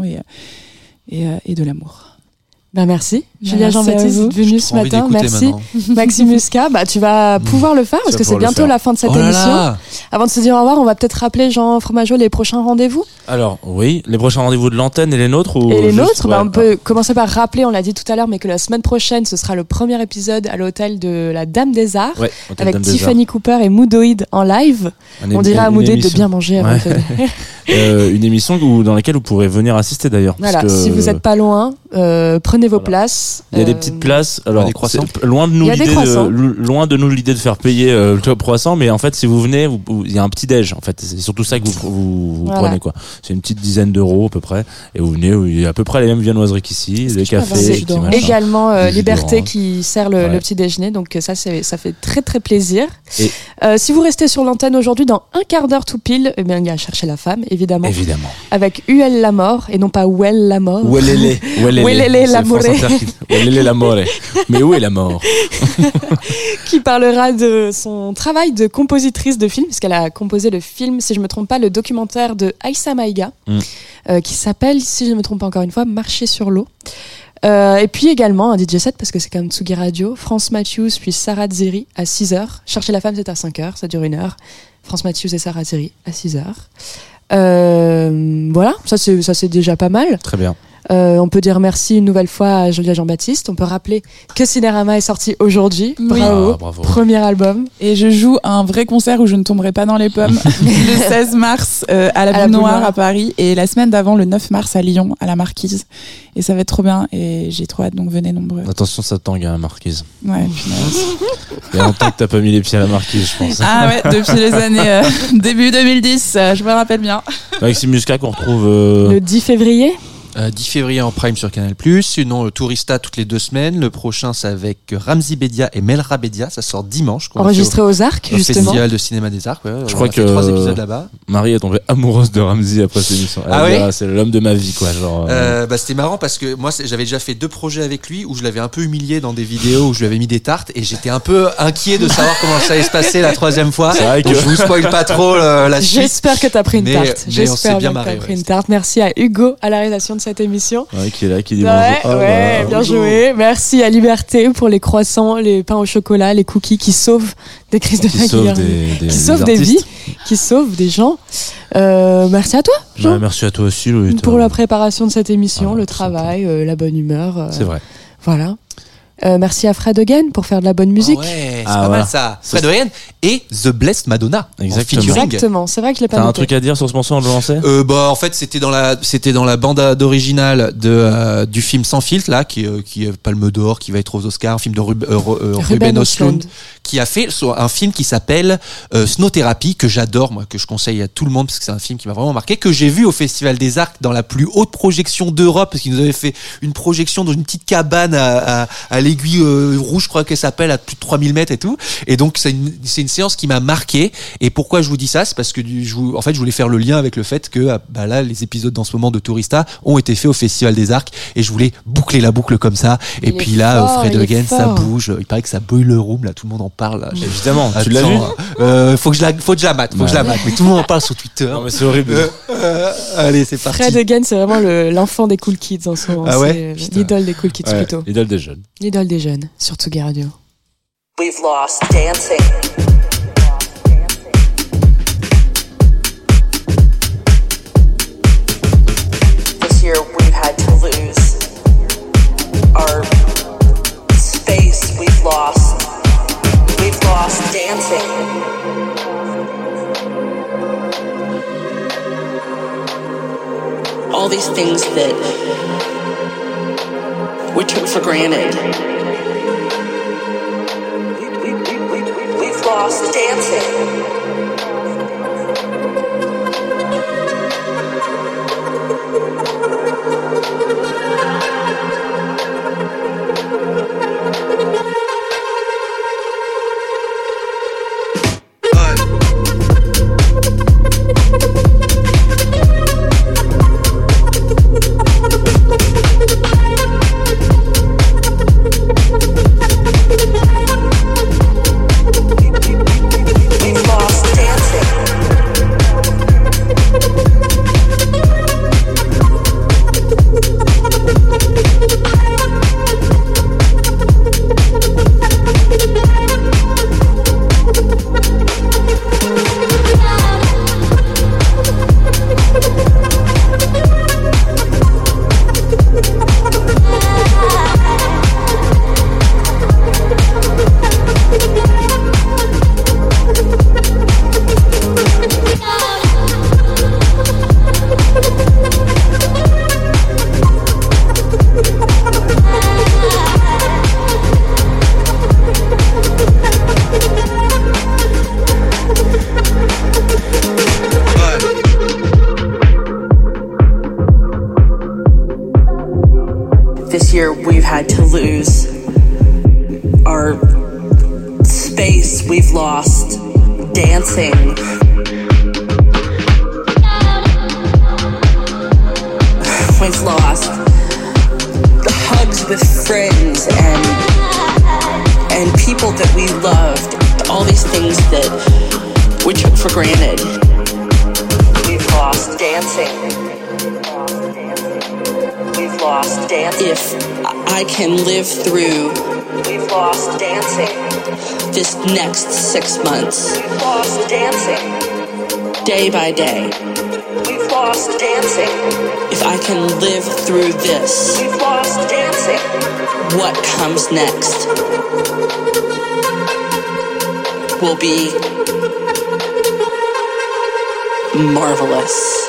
et de l'amour. Ben merci. Julia Jean-Baptiste d'être venu ce matin. Merci. Maxime Muscat, tu vas pouvoir le faire parce que c'est bientôt la fin de cette émission. Avant de se dire au revoir, on va peut-être rappeler Jean Fromageau les prochains rendez-vous. Alors oui, les prochains rendez-vous de l'antenne et les nôtres. Et les nôtres, on peut commencer par rappeler, on l'a dit tout à l'heure, mais que la semaine prochaine, ce sera le premier épisode à l'hôtel de la Dame des Arts, avec Tiffany Cooper et Moodoid en live. On dira à Moodoid de bien manger avant de... Une émission dans laquelle vous pourrez venir assister d'ailleurs. Voilà, si vous n'êtes pas loin, Prenez vos places. Il y a des petites places. Alors, des croissants. Loin de nous Il y a des l'idée croissants. loin de nous l'idée de faire payer le top croissant, mais en fait, si vous venez, il y a un petit déj. En fait, c'est surtout ça que vous Voilà. prenez, quoi. C'est une petite dizaine d'euros à peu près, et vous venez, il y a à peu près les mêmes viennoiseries qu'ici, des cafés, C'est des petits machins. également Des jus Liberté d'orange. qui sert Ouais. le petit déjeuner, donc ça fait très très plaisir. Et- Si vous restez sur l'antenne aujourd'hui, dans un quart d'heure tout pile, eh bien il y a Chercher la femme, évidemment, Évidemment. avec Uel la mort et non pas Uel la mort. Ouelele. Ouelele l'amore. Ouelele l'amore. Mais où est la mort? Qui parlera de son travail de compositrice de film, puisqu'elle a composé le film, si je me trompe pas, le documentaire de Aïssa Maïga, qui s'appelle, si je ne me trompe pas encore une fois, Marcher sur l'eau. Et puis également un DJ set, parce que c'est comme Tsugi Radio, France Matthews puis Sarah Zeri à 6h. Chercher la femme, c'est à 5h, ça dure 1 heure. France Matthews et Sarah Zeri à 6h. Voilà, ça c'est déjà pas mal. Très bien. On peut dire merci une nouvelle fois à Julia Jean-Baptiste. On peut rappeler que Cinérama est sorti aujourd'hui. Oui. Bravo. Ah, bravo. Premier album. Et je joue un vrai concert où je ne tomberai pas dans les pommes le 16 mars à la Boule Noire à Paris et la semaine d'avant le 9 mars à Lyon à la Marquise. Et ça va être trop bien et j'ai trop hâte, donc venez nombreux. Attention, ça tangue à la marquise. Ouais, punaise. Il y a longtemps que t'as pas mis les pieds à la marquise, je pense. Ah ouais, depuis les années début 2010, je me rappelle bien. Maxime Muscat qu'on retrouve Le 10 février. 10 février en prime sur Canal+, sinon Tourista toutes les 2 semaines. Le prochain c'est avec Ramzi Bedia et Melra Bedia, ça sort dimanche. Enregistré aux Arcs, au justement. Festival de cinéma des Arcs. Ouais, Je crois on a fait que 3 épisodes là-bas. Marie est tombée amoureuse de Ramzi après cette émission. Elle Ah dit, ouais c'est l'homme de ma vie, quoi. Genre, C'était marrant parce que moi j'avais déjà fait 2 projets avec lui où je l'avais un peu humilié dans des vidéos où je lui avais mis des tartes et j'étais un peu inquiet de savoir comment ça allait se passer la 3e fois. C'est vrai Donc que- je vous spoil pas trop la suite. J'espère que t'as pris une Mais- tarte. mais on s'est J'espère bien que t'as marré, pris ouais. une tarte. Merci à Hugo à la réalisation de cette émission. ouais, qui est là, qui dit Ouais, bonjour. Ah, ouais, bah, bien joué. Merci à Liberté pour les croissants, les pains au chocolat, les cookies qui sauvent des crises de qui sauve guerre. des Qui sauvent des vies, artistes. qui sauvent des gens. Merci à toi, Jean, Ouais, merci à toi aussi, Louis. pour la préparation de cette émission, Ah, le tout travail, la bonne humeur. C'est vrai. Voilà. Merci à Fred Again pour faire de la bonne musique. Ah ouais, c'est Ah, pas voilà. mal ça. Fred Oyen et The Blessed Madonna. Exactement. En featuring. Exactement, c'est vrai que je l'ai pas T'as un noté. truc à dire sur ce morceau, on le lançait? En fait c'était dans la bande originale du film Sans filtre là qui est Palme d'Or, qui va être aux Oscars, un film de Ruben Östlund, qui a fait un film qui s'appelle Snow Therapy, que j'adore, moi, que je conseille à tout le monde parce que c'est un film qui m'a vraiment marqué, que j'ai vu au Festival des Arcs dans la plus haute projection d'Europe, parce qu'ils nous avaient fait une projection dans une petite cabane à l'Aiguille Rouge, je crois qu'elle s'appelle, à plus de 3000 mètres et tout. Et donc c'est une séance qui m'a marqué. Et pourquoi je vous dis ça, c'est parce que je voulais faire le lien avec le fait que là les épisodes en ce moment de Tourista ont été faits au Festival des Arcs et je voulais boucler la boucle comme ça. Et Il puis est là, fort, Fred il est Again, ça fort. bouge. Il paraît que ça Boiler Room, là, tout le monde en parle. Là. Évidemment, tu l'as vu? Faut que je la mate, mais tout le monde en parle sur Twitter. Non, mais c'est horrible. Allez, c'est parti. Fred Again, c'est vraiment l'enfant des cool kids en ce moment. Ah ouais C'est l'idole des cool kids Ouais, plutôt. l'idole des jeunes. L'idole des jeunes, sur Tsugi Radio. We've lost dancing. This year we've had to lose our space. We've lost dancing. All these things that we took for granted. We've lost dancing. We've lost dancing. this year we've had to lose our space, we've lost dancing. We've lost the hugs with friends and people that we loved, all these things that we took for granted. We've lost dancing. We've lost dancing. If I can live through, we've lost dancing. This next 6 months, we've lost dancing. Day by day, we've lost dancing. If I can live through this, we've lost dancing. What comes next will be marvelous.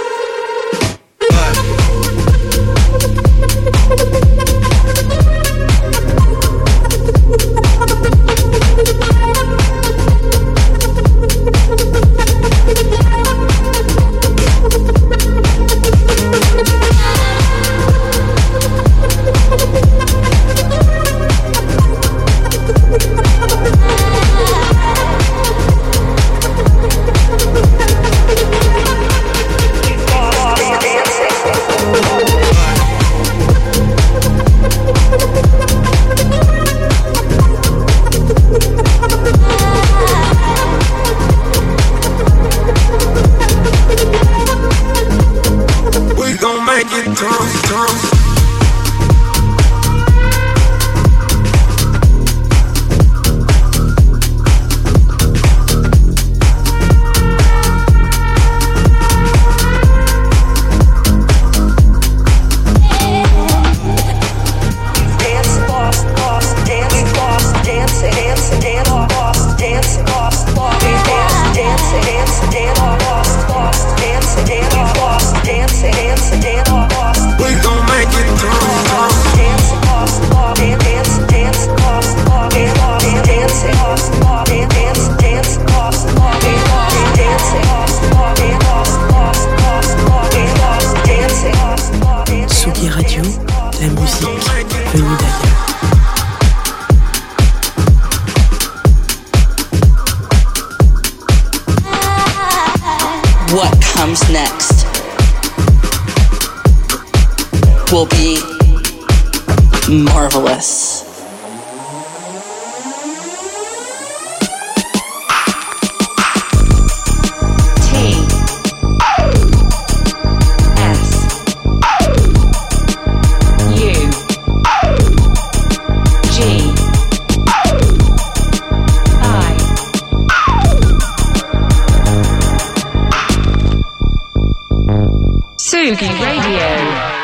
What comes next will be marvelous. Sugi Radio.